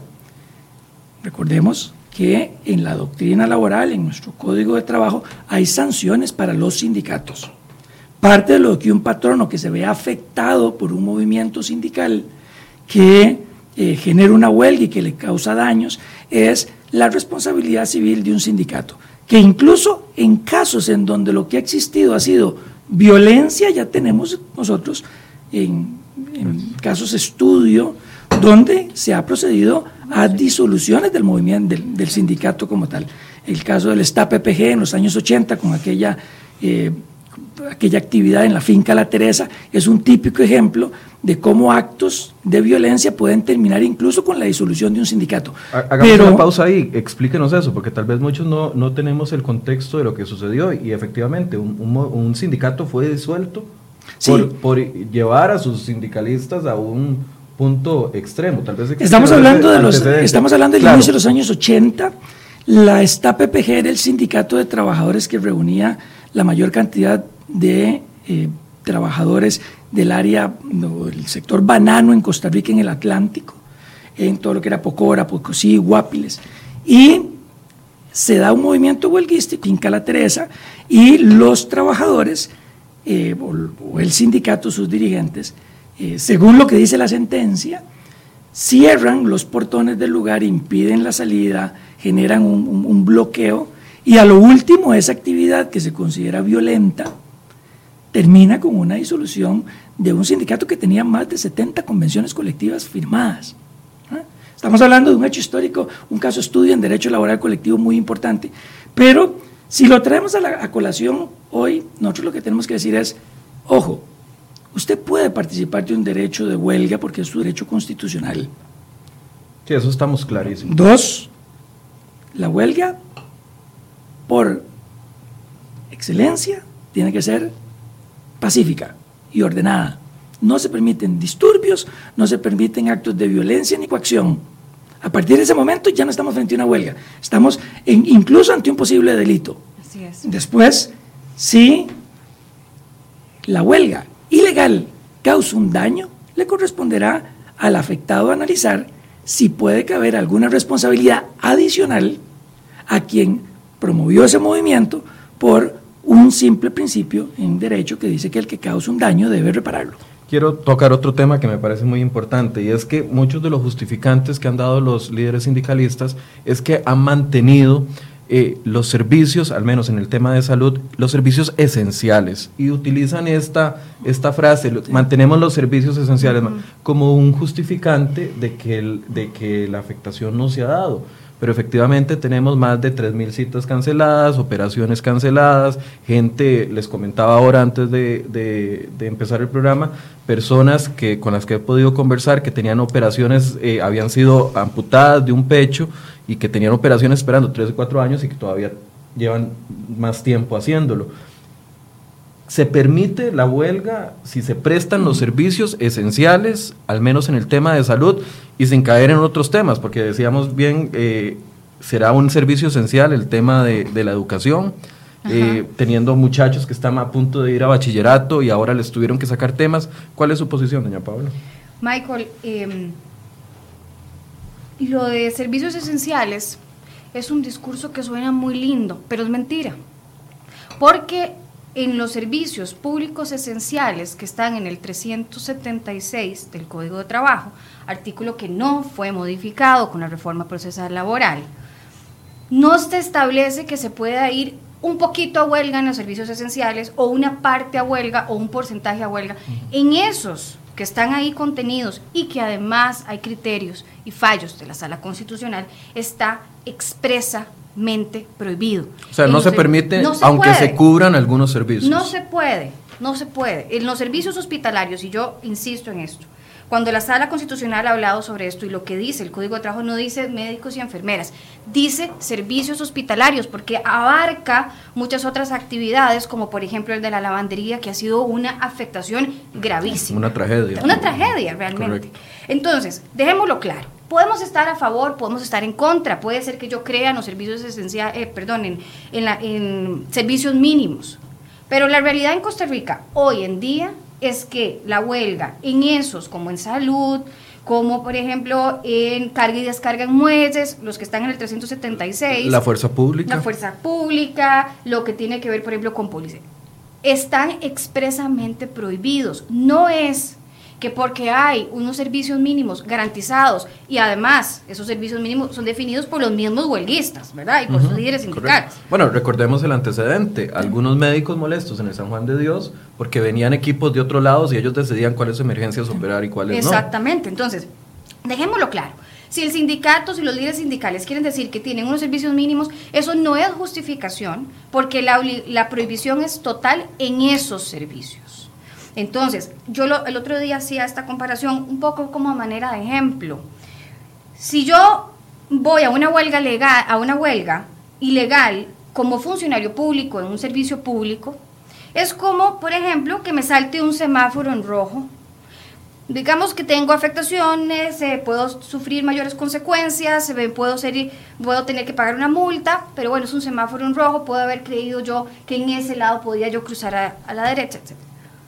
recordemos que en la doctrina laboral, en nuestro Código de Trabajo, hay sanciones para los sindicatos. Parte de lo que un patrono que se vea afectado por un movimiento sindical que eh, genera una huelga y que le causa daños es la responsabilidad civil de un sindicato, que incluso en casos en donde lo que ha existido ha sido violencia, ya tenemos nosotros en, en casos estudio donde se ha procedido a disoluciones del movimiento, del, del sindicato como tal. El caso del S T A P P G en los años ochenta con aquella... Eh, aquella actividad en la finca La Teresa es un típico ejemplo de cómo actos de violencia pueden terminar incluso con la disolución de un sindicato. Hagamos Pero, una pausa ahí, explíquenos eso, porque tal vez muchos no, no tenemos el contexto de lo que sucedió y efectivamente un, un, un sindicato fue disuelto sí. por, por llevar a sus sindicalistas a un punto extremo. Tal vez estamos hablando de los, estamos hablando del claro. inicio de los años ochenta, la S T A P P G era el sindicato de trabajadores que reunía la mayor cantidad de eh, trabajadores del área, no, del sector banano en Costa Rica, en el Atlántico, en todo lo que era Pocora, Pocosí, Guapiles, y se da un movimiento huelguístico, Finca La Teresa, y los trabajadores, eh, o, o el sindicato, sus dirigentes, eh, según lo que dice la sentencia, cierran los portones del lugar, impiden la salida, generan un, un, un bloqueo, y a lo último esa actividad que se considera violenta termina con una disolución de un sindicato que tenía más de setenta convenciones colectivas firmadas. ¿Ah? Estamos hablando de un hecho histórico, un caso estudio en derecho laboral colectivo muy importante, pero si lo traemos a la a colación hoy, nosotros lo que tenemos que decir es, ojo, usted puede participar de un derecho de huelga porque es su derecho constitucional. Sí, eso estamos clarísimos. Dos, la huelga, por excelencia, tiene que ser pacífica y ordenada. No se permiten disturbios, no se permiten actos de violencia ni coacción. A partir de ese momento ya no estamos frente a una huelga, estamos en, incluso ante un posible delito. Así es. Después, si la huelga ilegal causa un daño, le corresponderá al afectado analizar si puede caber alguna responsabilidad adicional a quien promovió ese movimiento por un simple principio en derecho que dice que el que causa un daño debe repararlo. Quiero tocar otro tema que me parece muy importante y es que muchos de los justificantes que han dado los líderes sindicalistas es que han mantenido eh, los servicios, al menos en el tema de salud, los servicios esenciales y utilizan esta, esta frase, sí. mantenemos los servicios esenciales uh-huh. como un justificante de que, el, de que la afectación no se ha dado. Pero efectivamente tenemos más de tres mil citas canceladas, operaciones canceladas, gente, les comentaba ahora antes de, de, de empezar el programa, personas que con las que he podido conversar que tenían operaciones, eh, habían sido amputadas de un pecho y que tenían operaciones esperando tres o cuatro años y que todavía llevan más tiempo haciéndolo. ¿Se permite la huelga si se prestan los servicios esenciales, al menos en el tema de salud, y sin caer en otros temas? Porque decíamos bien, eh, será un servicio esencial el tema de, de la educación, eh, teniendo muchachos que están a punto de ir a bachillerato y ahora les tuvieron que sacar temas. ¿Cuál es su posición, doña Paola? Michael, eh, lo de servicios esenciales es un discurso que suena muy lindo, pero es mentira, porque en los servicios públicos esenciales que están en el trescientos setenta y seis del Código de Trabajo, artículo que no fue modificado con la reforma procesal laboral, no se establece que se pueda ir un poquito a huelga en los servicios esenciales, o una parte a huelga, o un porcentaje a huelga. Uh-huh. En esos que están ahí contenidos, y que además hay criterios y fallos de la Sala Constitucional, está expresamente prohibido. O sea, no se permite, no se aunque puede. Se cubran algunos servicios. No se puede, no se puede. En los servicios hospitalarios, y yo insisto en esto, cuando la Sala Constitucional ha hablado sobre esto, y lo que dice el Código de Trabajo no dice médicos y enfermeras, dice servicios hospitalarios, porque abarca muchas otras actividades, como por ejemplo el de la lavandería, que ha sido una afectación gravísima. Una tragedia. Una tragedia, realmente. Correcto. Entonces, dejémoslo claro. Podemos estar a favor, podemos estar en contra. Puede ser que yo crea en los servicios esenciales, eh, perdón, en, en, la, en servicios mínimos. Pero la realidad en Costa Rica, hoy en día, es que la huelga en esos, como en salud, como por ejemplo en carga y descarga en muelles, los que están en el trescientos setenta y seis. La fuerza pública. La fuerza pública, lo que tiene que ver, por ejemplo, con policía. Están expresamente prohibidos. No es que porque hay unos servicios mínimos garantizados, y además esos servicios mínimos son definidos por los mismos huelguistas, ¿verdad? Y por uh-huh, sus líderes sindicales. Correcto. Bueno, recordemos el antecedente, algunos médicos molestos en el San Juan de Dios porque venían equipos de otros lados y ellos decidían cuáles emergencias operar y cuáles no. Exactamente, entonces, dejémoslo claro. Si el sindicato, si los líderes sindicales quieren decir que tienen unos servicios mínimos, eso no es justificación, porque la, la prohibición es total en esos servicios. Entonces, yo lo, el otro día hacía esta comparación un poco como a manera de ejemplo. Si yo voy a una huelga legal, a una huelga ilegal como funcionario público en un servicio público, es como, por ejemplo, que me salte un semáforo en rojo. Digamos que tengo afectaciones, eh, puedo sufrir mayores consecuencias, eh, puedo, ser, puedo tener que pagar una multa, pero bueno, es un semáforo en rojo, puedo haber creído yo que en ese lado podía yo cruzar a, a la derecha, etcétera.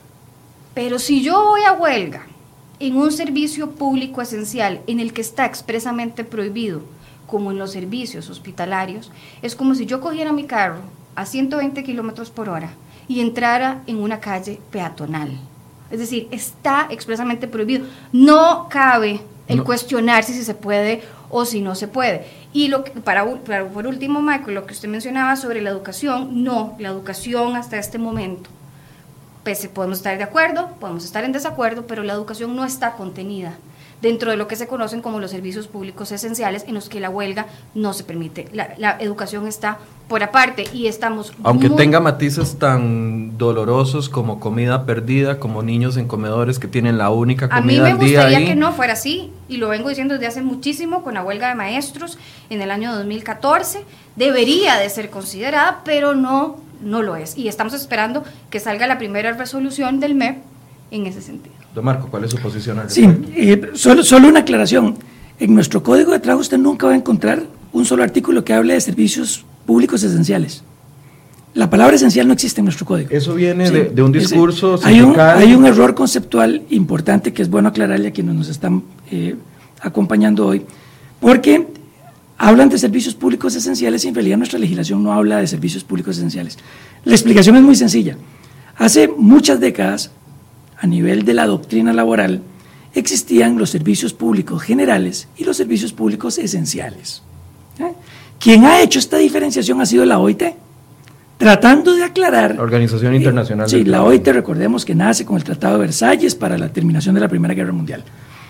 Pero si yo voy a huelga en un servicio público esencial en el que está expresamente prohibido, como en los servicios hospitalarios, es como si yo cogiera mi carro a ciento veinte kilómetros por hora y entrara en una calle peatonal. Es decir, está expresamente prohibido. No cabe el no. cuestionarse si se puede o si no se puede. Y lo que, para, para por último, Michael, lo que usted mencionaba sobre la educación, no, la educación hasta este momento, pese podemos estar de acuerdo, podemos estar en desacuerdo, pero la educación no está contenida dentro de lo que se conocen como los servicios públicos esenciales, en los que la huelga no se permite. La, la educación está por aparte y estamos... Aunque muy... tenga matices tan dolorosos como comida perdida, como niños en comedores que tienen la única comida al día. A mí me gustaría que no fuera así, y lo vengo diciendo desde hace muchísimo con la huelga de maestros en el año dos mil catorce. Debería de ser considerada, pero no, no lo es. Y estamos esperando que salga la primera resolución del M E P en ese sentido. Don Marco, ¿cuál es su posición al respecto? Sí, eh, solo, solo una aclaración. En nuestro Código de Trabajo usted nunca va a encontrar un solo artículo que hable de servicios públicos esenciales. La palabra esencial no existe en nuestro código. Eso viene sí, de, de un discurso ese, hay, un, hay un error conceptual importante que es bueno aclararle a quienes nos están eh, acompañando hoy, porque hablan de servicios públicos esenciales y en realidad nuestra legislación no habla de servicios públicos esenciales. La explicación es muy sencilla. Hace muchas décadas, a nivel de la doctrina laboral, existían los servicios públicos generales y los servicios públicos esenciales. ¿Eh? Quien ha hecho esta diferenciación ha sido la O I T, tratando de aclarar... La Organización Internacional eh, Sí, la O I T, recordemos que nace con el Tratado de Versalles para la terminación de la Primera Guerra Mundial.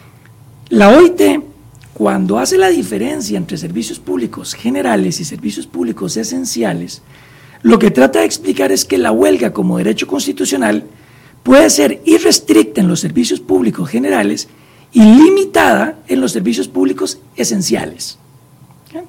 La O I T, cuando hace la diferencia entre servicios públicos generales y servicios públicos esenciales, lo que trata de explicar es que la huelga como derecho constitucional puede ser irrestricta en los servicios públicos generales y limitada en los servicios públicos esenciales. ¿Okay?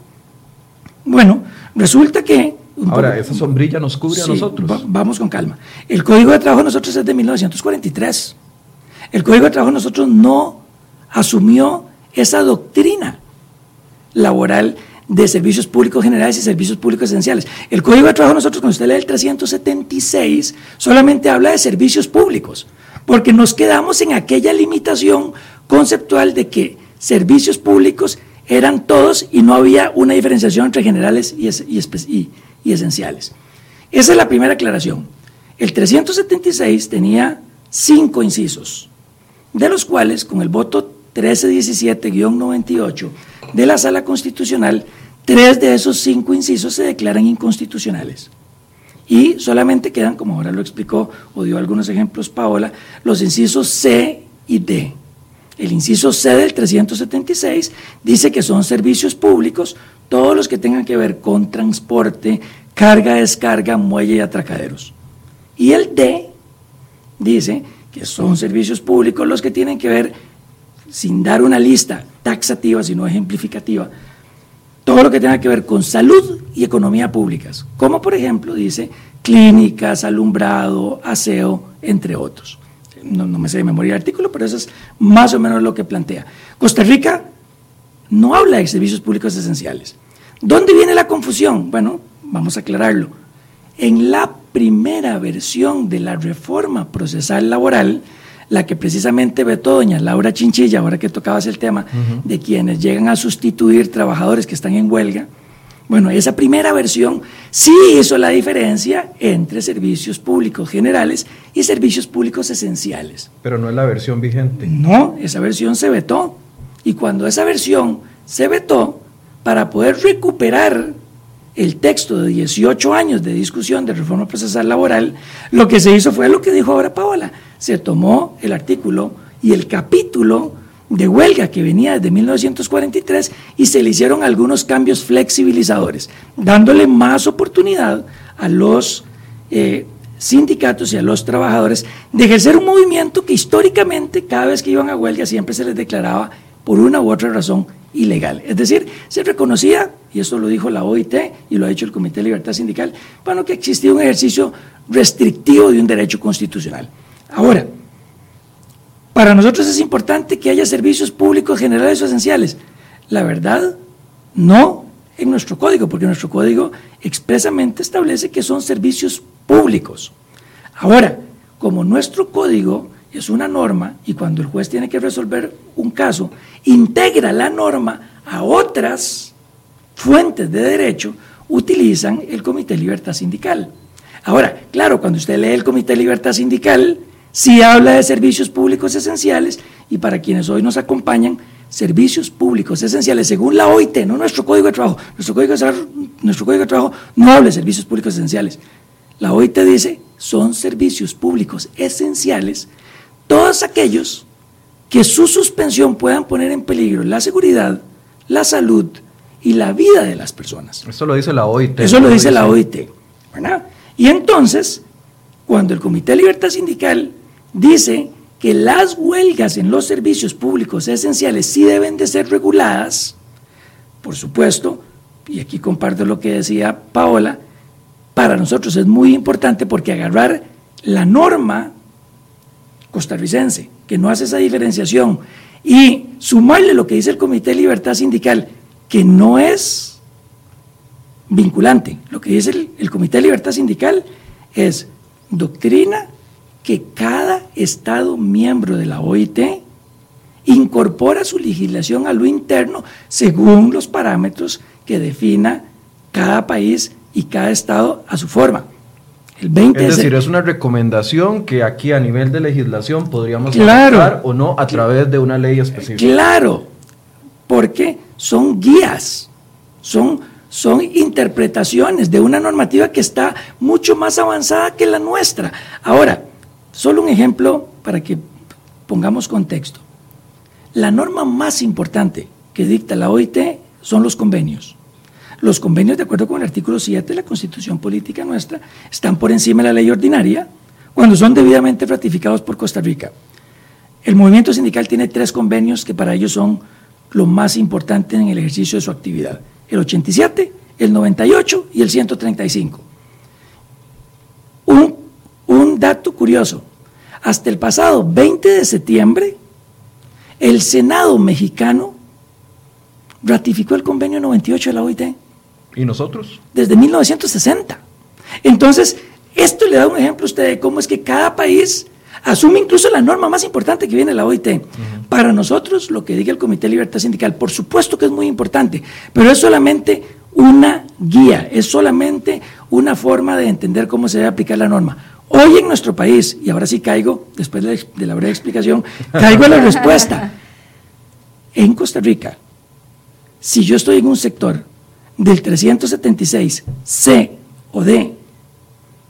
Bueno, resulta que... Ahora, poco, esa sombrilla nos cubre sí, a nosotros. Va, vamos con calma. El Código de Trabajo de nosotros es de mil novecientos cuarenta y tres. El Código de Trabajo de nosotros no asumió esa doctrina laboral de servicios públicos generales y servicios públicos esenciales. El Código de Trabajo nosotros, cuando usted lee el trescientos setenta y seis, solamente habla de servicios públicos, porque nos quedamos en aquella limitación conceptual de que servicios públicos eran todos y no había una diferenciación entre generales y, es, y, y, y esenciales. Esa es la primera aclaración. El trescientos setenta y seis tenía cinco incisos, de los cuales, con el voto trece diecisiete guión noventa y ocho de la Sala Constitucional, tres de esos cinco incisos se declaran inconstitucionales. y solamente quedan, como ahora lo explicó o dio algunos ejemplos Paola, los incisos C y D. El inciso C del trescientos setenta y seis dice que son servicios públicos todos los que tengan que ver con transporte, carga, descarga, muelle y atracaderos. Y el D dice que son servicios públicos los que tienen que ver, sin dar una lista taxativa, sino ejemplificativa, todo lo que tenga que ver con salud y economía públicas, como por ejemplo dice clínicas, alumbrado, aseo, entre otros. No, no me sé de memoria el artículo, pero eso es más o menos lo que plantea. Costa Rica no habla de servicios públicos esenciales. ¿Dónde viene la confusión? Bueno, vamos a aclararlo. En la primera versión de la reforma procesal laboral, la que precisamente vetó doña Laura Chinchilla, ahora que tocabas el tema, uh-huh. de quienes llegan a sustituir trabajadores que están en huelga, bueno, esa primera versión sí hizo la diferencia entre servicios públicos generales y servicios públicos esenciales. Pero no es la versión vigente. No, esa versión se vetó. Y cuando esa versión se vetó, para poder recuperar el texto de dieciocho años de discusión de reforma procesal laboral, lo que se hizo fue lo que dijo ahora Paola. Se tomó el artículo y el capítulo de huelga que venía desde mil novecientos cuarenta y tres y se le hicieron algunos cambios flexibilizadores, dándole más oportunidad a los eh, sindicatos y a los trabajadores de ejercer un movimiento que históricamente cada vez que iban a huelga siempre se les declaraba por una u otra razón ilegal. Es decir, se reconocía, y esto lo dijo la O I T y lo ha dicho el Comité de Libertad Sindical, bueno, que existía un ejercicio restrictivo de un derecho constitucional. Ahora, para nosotros es importante que haya servicios públicos generales o esenciales. La verdad, no en nuestro código, porque nuestro código expresamente establece que son servicios públicos. Ahora, como nuestro código es una norma y cuando el juez tiene que resolver un caso, integra la norma a otras fuentes de derecho, utilizan el Comité de Libertad Sindical. Ahora, claro, cuando usted lee el Comité de Libertad Sindical, sí habla de servicios públicos esenciales y para quienes hoy nos acompañan, servicios públicos esenciales según la O I T, no nuestro Código de Trabajo. Nuestro Código de Trabajo, nuestro código de trabajo no habla de servicios públicos esenciales. La O I T dice, son servicios públicos esenciales todos aquellos que su suspensión puedan poner en peligro la seguridad, la salud y la vida de las personas. Eso lo dice la O I T. Eso lo dice la O I T, ¿verdad? Y entonces, cuando el Comité de Libertad Sindical dice que las huelgas en los servicios públicos esenciales sí deben de ser reguladas, por supuesto, y aquí comparto lo que decía Paola, para nosotros es muy importante porque agarrar la norma costarricense, que no hace esa diferenciación, y sumarle lo que dice el Comité de Libertad Sindical, que no es vinculante. Lo que dice el, el Comité de Libertad Sindical es doctrina que cada Estado miembro de la O I T incorpora su legislación a lo interno según los parámetros que defina cada país y cada Estado a su forma. El veinte es decir, es una recomendación que aquí a nivel de legislación podríamos claro, aplicar o no a través de una ley específica. Claro, porque son guías, son, son interpretaciones de una normativa que está mucho más avanzada que la nuestra. Ahora, solo un ejemplo para que pongamos contexto. La norma más importante que dicta la O I T son los convenios. Los convenios, de acuerdo con el artículo siete de la Constitución Política nuestra, están por encima de la ley ordinaria cuando son debidamente ratificados por Costa Rica. El movimiento sindical tiene tres convenios que para ellos son lo más importante en el ejercicio de su actividad. El ochenta y siete, el noventa y ocho y el ciento treinta y cinco. Un, un dato curioso. Hasta el pasado veinte de septiembre, el Senado mexicano ratificó el convenio noventa y ocho de la O I T. ¿Y nosotros? Desde mil novecientos sesenta. Entonces, esto le da un ejemplo a usted de cómo es que cada país asume incluso la norma más importante que viene de la O I T. Uh-huh. Para nosotros, lo que diga el Comité de Libertad Sindical, por supuesto que es muy importante, pero es solamente una guía, es solamente una forma de entender cómo se debe aplicar la norma. Hoy en nuestro país, y ahora sí caigo, después de la, de la breve explicación, caigo en la respuesta. En Costa Rica, si yo estoy en un sector del trescientos setenta y seis C o D,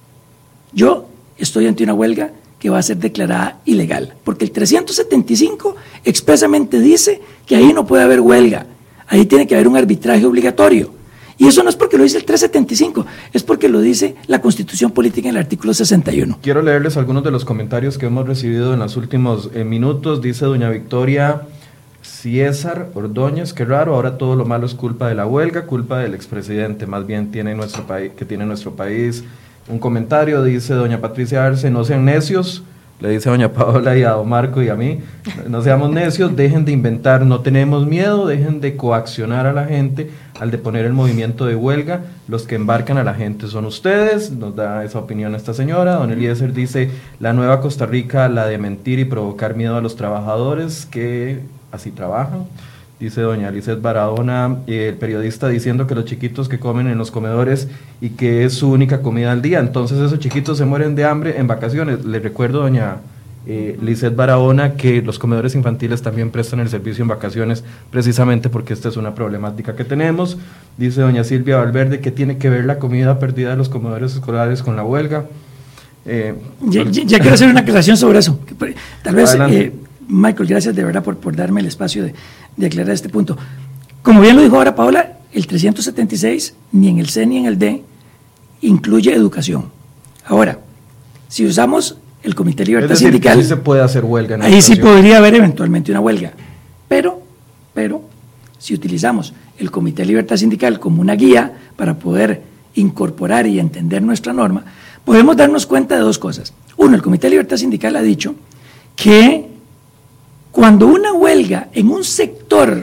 Yo estoy ante una huelga que va a ser declarada ilegal, porque el trescientos setenta y cinco expresamente dice que ahí no puede haber huelga, ahí tiene que haber un arbitraje obligatorio. Y eso no es porque lo dice el trescientos setenta y cinco, es porque lo dice la Constitución Política en el artículo sesenta y uno. Quiero leerles algunos de los comentarios que hemos recibido en los últimos eh, minutos. Dice doña Victoria César Ordóñez, qué raro, ahora todo lo malo es culpa de la huelga, culpa del expresidente, más bien tiene nuestro país, que tiene nuestro país. Un comentario, dice doña Patricia Arce, no sean necios, le dice a doña Paola y a don Marco y a mí, no seamos necios, dejen de inventar, no tenemos miedo, dejen de coaccionar a la gente al de poner el movimiento de huelga, los que embarcan a la gente son ustedes, nos da esa opinión esta señora. Don Eliezer dice, la nueva Costa Rica, la de mentir y provocar miedo a los trabajadores que así trabajan. Dice doña Lizeth Barahona, eh, el periodista diciendo que los chiquitos que comen en los comedores y que es su única comida al día, entonces esos chiquitos se mueren de hambre en vacaciones. Le recuerdo, doña eh, Lizeth Barahona, que los comedores infantiles también prestan el servicio en vacaciones, precisamente porque esta es una problemática que tenemos. Dice doña Silvia Valverde, que tiene que ver la comida perdida de los comedores escolares con la huelga. Eh, ya, ya, ya quiero hacer una aclaración sobre eso. Tal vez... Eh, Michael, gracias de verdad por, por darme el espacio de, de aclarar este punto. Como bien lo dijo ahora Paola, el trescientos setenta y seis, ni en el C ni en el D, incluye educación. Ahora, si usamos el Comité de Libertad es decir, Sindical, sí se puede hacer huelga en ahí educación. sí podría haber eventualmente una huelga. Pero, pero, si utilizamos el Comité de Libertad Sindical como una guía para poder incorporar y entender nuestra norma, podemos darnos cuenta de dos cosas. Uno, el Comité de Libertad Sindical ha dicho que cuando una huelga en un sector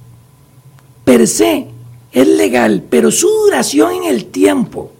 per se es legal, pero su duración en el tiempo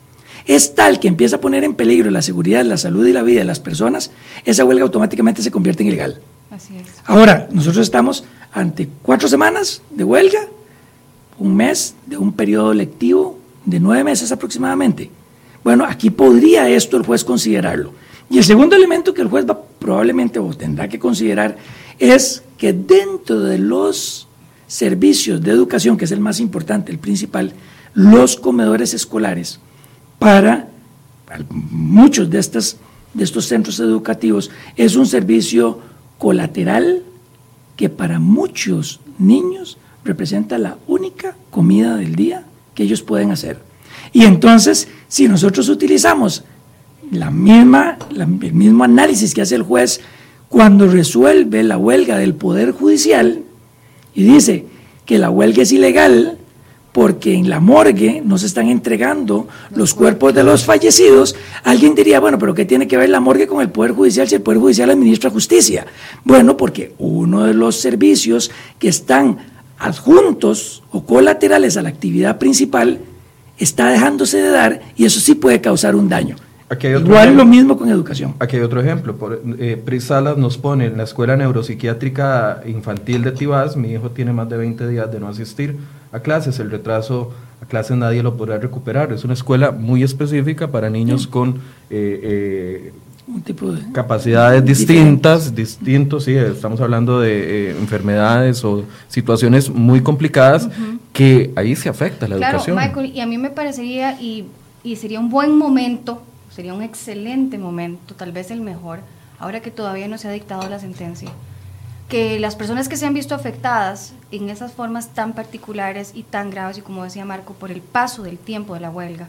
es tal que empieza a poner en peligro la seguridad, la salud y la vida de las personas, esa huelga automáticamente se convierte en ilegal. Así es. Ahora, nosotros estamos ante cuatro semanas de huelga, un mes de un periodo lectivo de nueve meses aproximadamente. Bueno, aquí podría esto el juez considerarlo. Y el segundo elemento que el juez va probablemente o tendrá que considerar es que dentro de los servicios de educación, que es el más importante, el principal, los comedores escolares, para, para muchos de, estas, de estos centros educativos, es un servicio colateral que para muchos niños representa la única comida del día que ellos pueden hacer. Y entonces, si nosotros utilizamos La misma, la, el mismo análisis que hace el juez cuando resuelve la huelga del Poder Judicial y dice que la huelga es ilegal porque en la morgue no se están entregando los cuerpos de los fallecidos, alguien diría, bueno, pero ¿qué tiene que ver la morgue con el Poder Judicial si el Poder Judicial administra justicia? Bueno, porque uno de los servicios que están adjuntos o colaterales a la actividad principal está dejándose de dar y eso sí puede causar un daño. Aquí hay otro Igual ejemplo. Lo mismo con educación. Aquí hay otro ejemplo. Por, eh, Pris Salas nos pone en la Escuela Neuropsiquiátrica Infantil de Tibás, mi hijo tiene más de veinte días de no asistir a clases, el retraso a clases nadie lo podrá recuperar. Es una escuela muy específica para niños con eh, eh, un tipo de capacidades distintas, distintos, sí, estamos hablando de eh, enfermedades o situaciones muy complicadas, uh-huh, que ahí se afecta la claro, educación. Michael, y a mí me parecería, y, y sería un buen momento, sería un excelente momento, tal vez el mejor, ahora que todavía no se ha dictado la sentencia, que las personas que se han visto afectadas en esas formas tan particulares y tan graves, y como decía Marco, por el paso del tiempo de la huelga,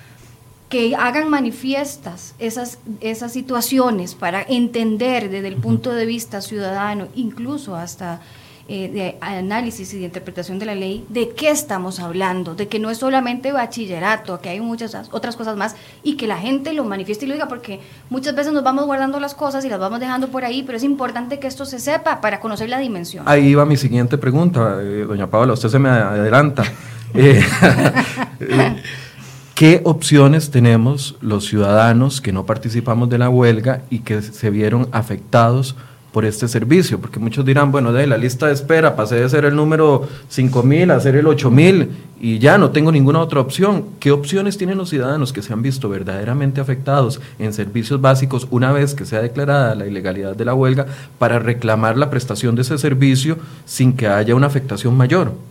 que hagan manifiestas esas, esas situaciones para entender desde el punto de vista ciudadano, incluso hasta eh, de análisis y de interpretación de la ley, de qué estamos hablando, de que no es solamente bachillerato, que hay muchas otras cosas más, y que la gente lo manifieste y lo diga, porque muchas veces nos vamos guardando las cosas y las vamos dejando por ahí, pero es importante que esto se sepa para conocer la dimensión. Ahí va mi siguiente pregunta, eh, doña Paola, usted se me adelanta. eh, eh, ¿Qué opciones tenemos los ciudadanos que no participamos de la huelga y que se vieron afectados por este servicio? Porque muchos dirán, bueno, de la lista de espera, pasé de ser el número cinco mil a ser el ocho mil y ya no tengo ninguna otra opción. ¿Qué opciones tienen los ciudadanos que se han visto verdaderamente afectados en servicios básicos una vez que sea declarada la ilegalidad de la huelga para reclamar la prestación de ese servicio sin que haya una afectación mayor?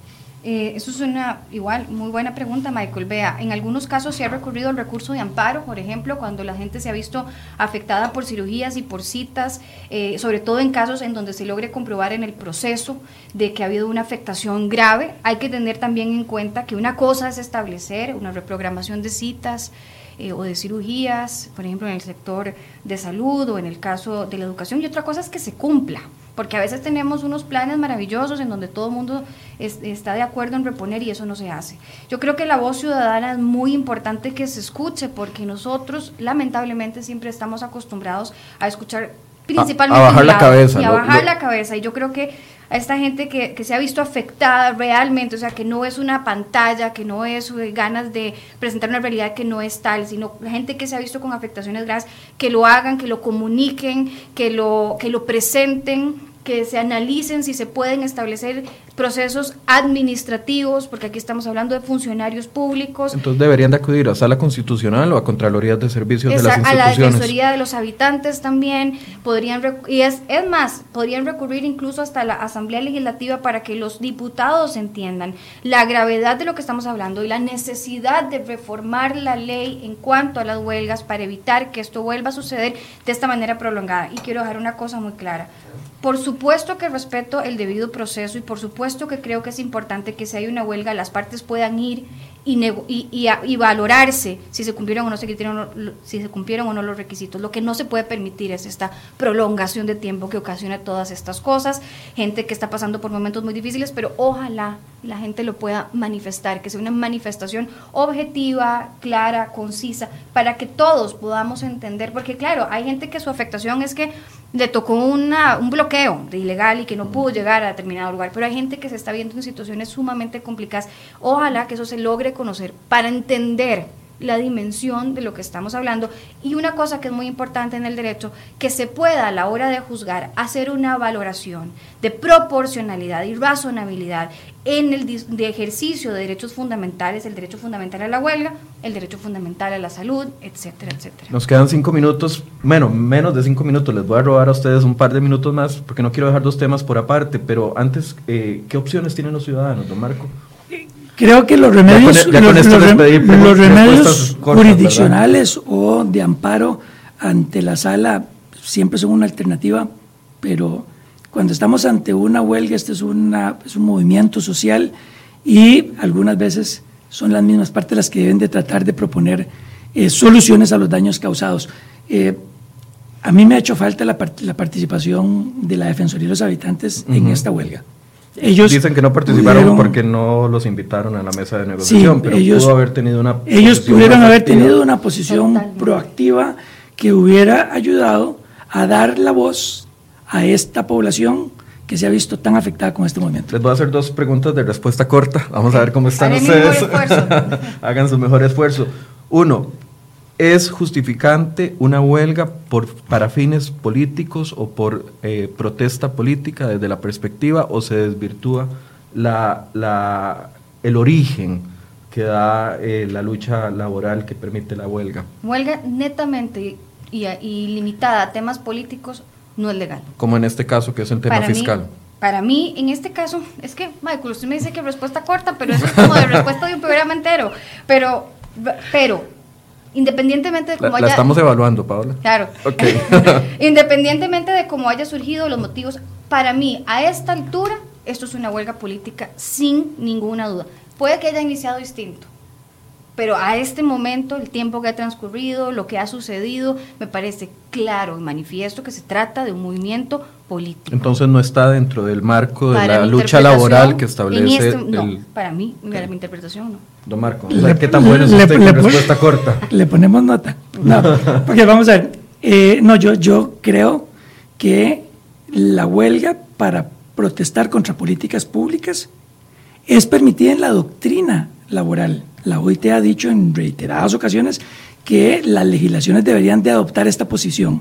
Eh, eso es una, igual, muy buena pregunta, Michael. Vea, en algunos casos se ha recurrido al recurso de amparo, por ejemplo, cuando la gente se ha visto afectada por cirugías y por citas, eh, sobre todo en casos en donde se logre comprobar en el proceso de que ha habido una afectación grave. Hay que tener también en cuenta que una cosa es establecer una reprogramación de citas eh, o de cirugías, por ejemplo, en el sector de salud o en el caso de la educación, y otra cosa es que se cumpla. Porque a veces tenemos unos planes maravillosos en donde todo el mundo es, está de acuerdo en reponer y eso no se hace. Yo creo que la voz ciudadana es muy importante que se escuche, porque nosotros lamentablemente siempre estamos acostumbrados a escuchar principalmente a, a bajar la cabeza, y a lo, bajar lo, la cabeza. Y yo creo que a esta gente que, que se ha visto afectada realmente, o sea, que no es una pantalla, que no es eh, ganas de presentar una realidad que no es tal, sino la gente que se ha visto con afectaciones graves, que lo hagan, que lo comuniquen, que lo, que lo presenten, que se analicen si se pueden establecer procesos administrativos, porque aquí estamos hablando de funcionarios públicos. Entonces deberían de acudir a Sala Constitucional o a Contralorías de Servicios Esa, de las instituciones. A la Defensoría de los Habitantes también, podrían, y es, es más, podrían recurrir incluso hasta la Asamblea Legislativa para que los diputados entiendan la gravedad de lo que estamos hablando y la necesidad de reformar la ley en cuanto a las huelgas para evitar que esto vuelva a suceder de esta manera prolongada. Y quiero dejar una cosa muy clara. Por supuesto que respeto el debido proceso y por supuesto que creo que es importante que si hay una huelga las partes puedan ir y, y, y, a, y valorarse si se cumplieron o no se cumplieron, si se cumplieron o no los requisitos. Lo que no se puede permitir es esta prolongación de tiempo que ocasiona todas estas cosas, gente que está pasando por momentos muy difíciles, pero ojalá la gente lo pueda manifestar, que sea una manifestación objetiva, clara, concisa, para que todos podamos entender, porque claro, hay gente que su afectación es que le tocó una, un bloqueo de ilegal y que no pudo llegar a determinado lugar, pero hay gente que se está viendo en situaciones sumamente complicadas. Ojalá que eso se logre conocer para entender la dimensión de lo que estamos hablando. Y una cosa que es muy importante en el derecho, que se pueda a la hora de juzgar hacer una valoración de proporcionalidad y razonabilidad en el de ejercicio de derechos fundamentales, el derecho fundamental a la huelga, el derecho fundamental a la salud, etcétera, etcétera. Nos quedan cinco minutos, bueno, menos de cinco minutos, les voy a robar a ustedes un par de minutos más, porque no quiero dejar dos temas por aparte, pero antes, eh, ¿qué opciones tienen los ciudadanos, don Marco? Creo que los remedios, ya con, ya con los, los, rem, los remedios cortas, jurisdiccionales, ¿verdad?, o de amparo ante la sala siempre son una alternativa, pero cuando estamos ante una huelga, este es, una, es un movimiento social y algunas veces son las mismas partes las que deben de tratar de proponer eh, soluciones a los daños causados. Eh, a mí me ha hecho falta la, part la participación de la Defensoría de los Habitantes uh-huh. en esta huelga. Ellos dicen que no participaron pudieron, porque no los invitaron a la mesa de negociación, sí, pero ellos, pudo haber tenido una ellos pudieron haber tenido una posición Totalmente. proactiva que hubiera ayudado a dar la voz a esta población que se ha visto tan afectada con este movimiento. Les voy a hacer dos preguntas de respuesta corta. Vamos a ver cómo están Haré ustedes. Hagan su mejor esfuerzo. Uno, ¿es justificante una huelga por, para fines políticos o por eh, protesta política desde la perspectiva, o se desvirtúa la, la, el origen que da eh, la lucha laboral que permite la huelga? Huelga netamente y, y limitada a temas políticos no es legal. Como en este caso, que es el tema para fiscal. Mí, para mí, en este caso, es que, Michael, usted me dice que respuesta corta, pero eso es como de respuesta de un programa entero. Pero, pero independientemente de cómo la, haya... La estamos evaluando, Paola. Claro. Okay. Independientemente de cómo haya surgido, los motivos, para mí, a esta altura, esto es una huelga política sin ninguna duda. Puede que haya iniciado distinto, pero a este momento, el tiempo que ha transcurrido, lo que ha sucedido, me parece claro y manifiesto que se trata de un movimiento político. Entonces no está dentro del marco de para la lucha laboral que establece... Este, no, el... para mí, para mi interpretación no. Don Marco, o sea, ¿qué tan bueno es usted le, con le, respuesta corta? Le ponemos nota. No, porque vamos a ver, eh, no, yo, yo creo que la huelga para protestar contra políticas públicas es permitida en la doctrina laboral. La O I T ha dicho en reiteradas ocasiones que las legislaciones deberían de adoptar esta posición.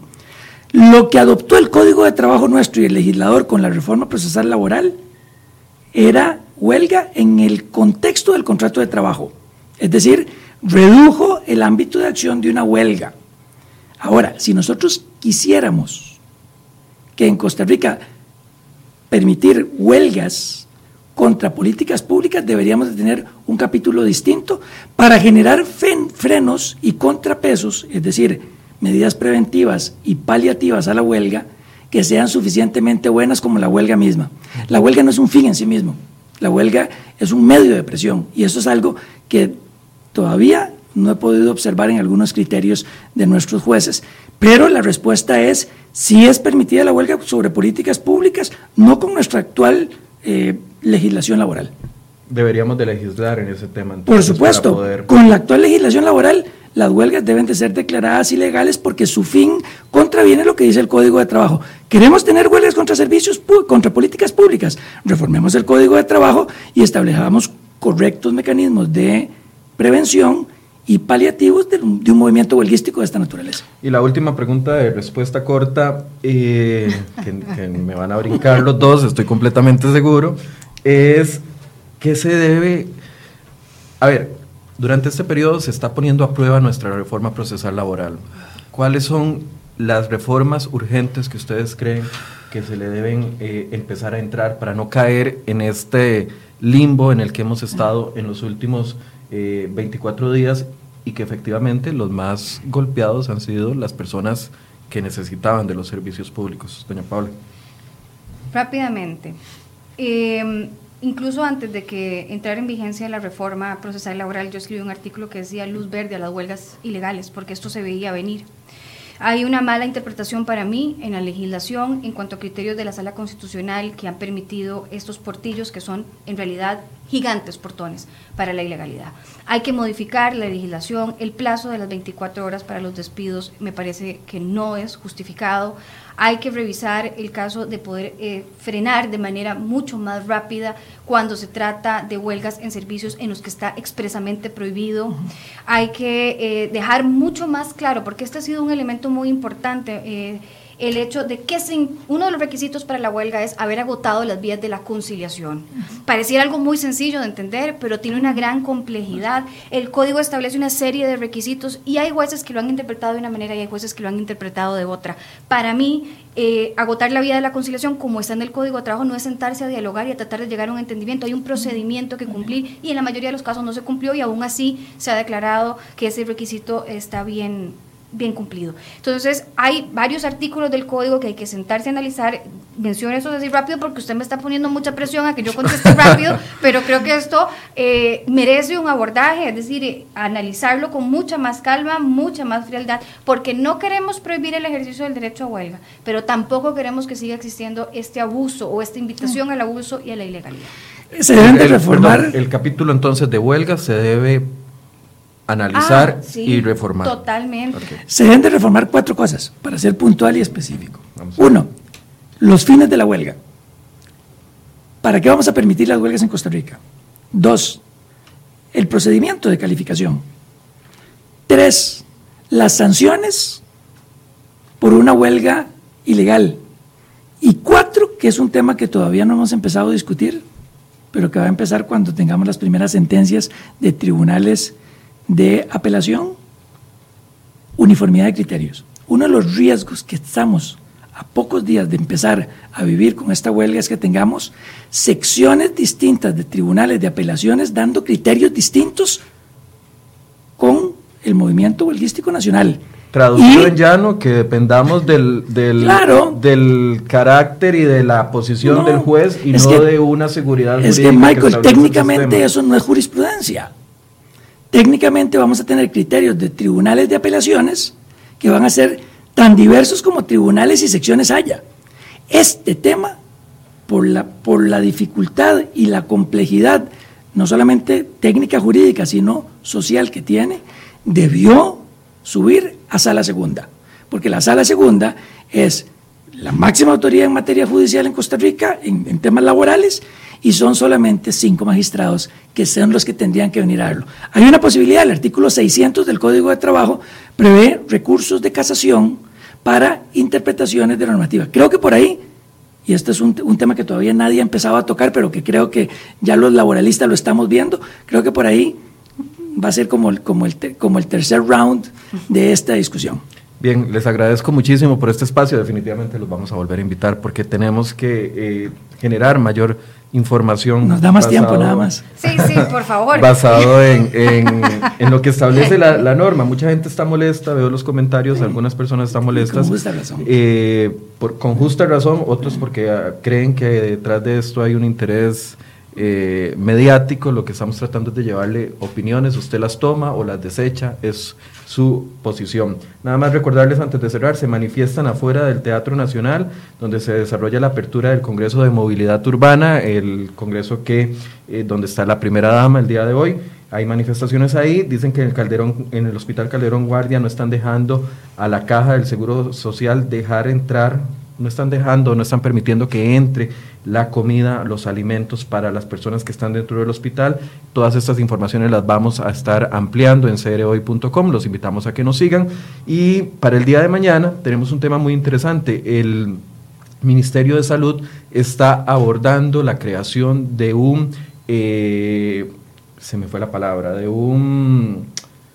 Lo que adoptó el Código de Trabajo nuestro y el legislador con la reforma procesal laboral era huelga en el contexto del contrato de trabajo. Es decir, redujo el ámbito de acción de una huelga. Ahora, si nosotros quisiéramos que en Costa Rica permitir huelgas contra políticas públicas deberíamos de tener un capítulo distinto para generar fen, frenos y contrapesos, es decir, medidas preventivas y paliativas a la huelga que sean suficientemente buenas como la huelga misma. La huelga no es un fin en sí mismo, la huelga es un medio de presión y eso es algo que todavía no he podido observar en algunos criterios de nuestros jueces, pero la respuesta es si es permitida la huelga sobre políticas públicas, no con nuestra actual eh, legislación laboral. Deberíamos de legislar en ese tema. Entonces, por supuesto, poder... con la actual legislación laboral, las huelgas deben de ser declaradas ilegales porque su fin contraviene lo que dice el Código de Trabajo. ¿Queremos tener huelgas contra servicios, contra políticas públicas? Reformemos el Código de Trabajo y establezcamos correctos mecanismos de prevención y paliativos de un, de un movimiento huelguístico de esta naturaleza. Y la última pregunta de respuesta corta, eh, que, que me van a brincar los dos, estoy completamente seguro, es ¿qué se debe? A ver, durante este periodo se está poniendo a prueba nuestra reforma procesal laboral. ¿Cuáles son las reformas urgentes que ustedes creen que se le deben eh, empezar a entrar para no caer en este limbo en el que hemos estado en los últimos eh, veinticuatro días y que efectivamente los más golpeados han sido las personas que necesitaban de los servicios públicos? Doña Paula. Rápidamente. Eh, Incluso antes de que entrara en vigencia la reforma procesal laboral, yo escribí un artículo que decía luz verde a las huelgas ilegales, porque esto se veía venir. Hay una mala interpretación para mí en la legislación en cuanto a criterios de la Sala Constitucional que han permitido estos portillos que son en realidad gigantes portones para la ilegalidad. Hay que modificar la legislación, el plazo de las veinticuatro horas para los despidos me parece que no es justificado. Hay que revisar el caso de poder eh, frenar de manera mucho más rápida cuando se trata de huelgas en servicios en los que está expresamente prohibido. Uh-huh. Hay que eh, dejar mucho más claro, porque este ha sido un elemento muy importante, eh, el hecho de que se, uno de los requisitos para la huelga es haber agotado las vías de la conciliación. Uh-huh. Pareciera algo muy sencillo de entender, pero tiene una gran complejidad. El código establece una serie de requisitos y hay jueces que lo han interpretado de una manera y hay jueces que lo han interpretado de otra. Para mí, eh, agotar la vía de la conciliación, como está en el Código de Trabajo, no es sentarse a dialogar y a tratar de llegar a un entendimiento. Hay un procedimiento que cumplir y en la mayoría de los casos no se cumplió y aún así se ha declarado que ese requisito está bien bien cumplido. Entonces, hay varios artículos del código que hay que sentarse a analizar. Menciono eso así rápido porque usted me está poniendo mucha presión a que yo conteste rápido, pero creo que esto eh, merece un abordaje, es decir, eh, analizarlo con mucha más calma, mucha más frialdad, porque no queremos prohibir el ejercicio del derecho a huelga, pero tampoco queremos que siga existiendo este abuso o esta invitación al abuso y a la ilegalidad. Se deben de reformar. El, perdón, el capítulo entonces de huelga se debe analizar ah, sí, y reformar. Totalmente. Okay. Se deben de reformar cuatro cosas, para ser puntual y específico. Uno, los fines de la huelga. ¿Para qué vamos a permitir las huelgas en Costa Rica? Dos, el procedimiento de calificación. Tres, las sanciones por una huelga ilegal. Y cuatro, que es un tema que todavía no hemos empezado a discutir, pero que va a empezar cuando tengamos las primeras sentencias de tribunales de apelación, uniformidad de criterios. Uno de los riesgos que estamos a pocos días de empezar a vivir con esta huelga es que tengamos secciones distintas de tribunales de apelaciones dando criterios distintos con el movimiento huelguístico nacional. Traducido y, en llano, que dependamos del, del, claro, del carácter y de la posición no, del juez y no que, de una seguridad jurídica. Es que, Michael, que técnicamente eso no es jurisprudencia. Técnicamente vamos a tener criterios de tribunales de apelaciones que van a ser tan diversos como tribunales y secciones haya. Este tema, por la, por la dificultad y la complejidad, no solamente técnica jurídica, sino social que tiene, debió subir a sala segunda, porque la sala segunda es la máxima autoridad en materia judicial en Costa Rica, en, en temas laborales, y son solamente cinco magistrados que son los que tendrían que venir a verlo. Hay una posibilidad, el artículo seiscientos del Código de Trabajo prevé recursos de casación para interpretaciones de la normativa. Creo que por ahí, y este es un, un tema que todavía nadie ha empezado a tocar, pero que creo que ya los laboralistas lo estamos viendo, creo que por ahí va a ser como el, como el, como el tercer round de esta discusión. Bien, les agradezco muchísimo por este espacio, definitivamente los vamos a volver a invitar porque tenemos que eh, generar mayor información. Nos da más basado, tiempo nada más. Sí, sí, por favor. Basado en, en, en lo que establece la, la norma. Mucha gente está molesta, veo los comentarios, sí. Algunas personas están molestas. Con justa razón. Eh, por, con justa razón, otros porque uh, creen que detrás de esto hay un interés eh, mediático. Lo que estamos tratando es de llevarle opiniones, usted las toma o las desecha, es su posición. Nada más recordarles antes de cerrar, se manifiestan afuera del Teatro Nacional, donde se desarrolla la apertura del Congreso de Movilidad Urbana, el congreso que eh, donde está la primera dama el día de hoy. Hay manifestaciones ahí, dicen que en el Calderón, en el Hospital Calderón Guardia no están dejando a la Caja del Seguro Social dejar entrar, no están dejando, no están permitiendo que entre la comida, los alimentos para las personas que están dentro del hospital. Todas estas informaciones las vamos a estar ampliando en c r hoy punto com, los invitamos a que nos sigan. Y para el día de mañana tenemos un tema muy interesante. El Ministerio de Salud está abordando la creación de un, eh, se me fue la palabra, de un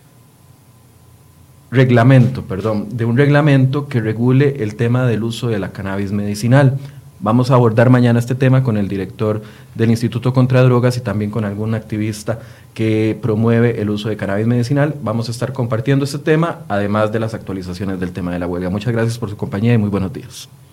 reglamento, perdón, de un reglamento que regule el tema del uso de la cannabis medicinal. Vamos a abordar mañana este tema con el director del Instituto contra Drogas y también con algún activista que promueve el uso de cannabis medicinal. Vamos a estar compartiendo este tema, además de las actualizaciones del tema de la huelga. Muchas gracias por su compañía y muy buenos días.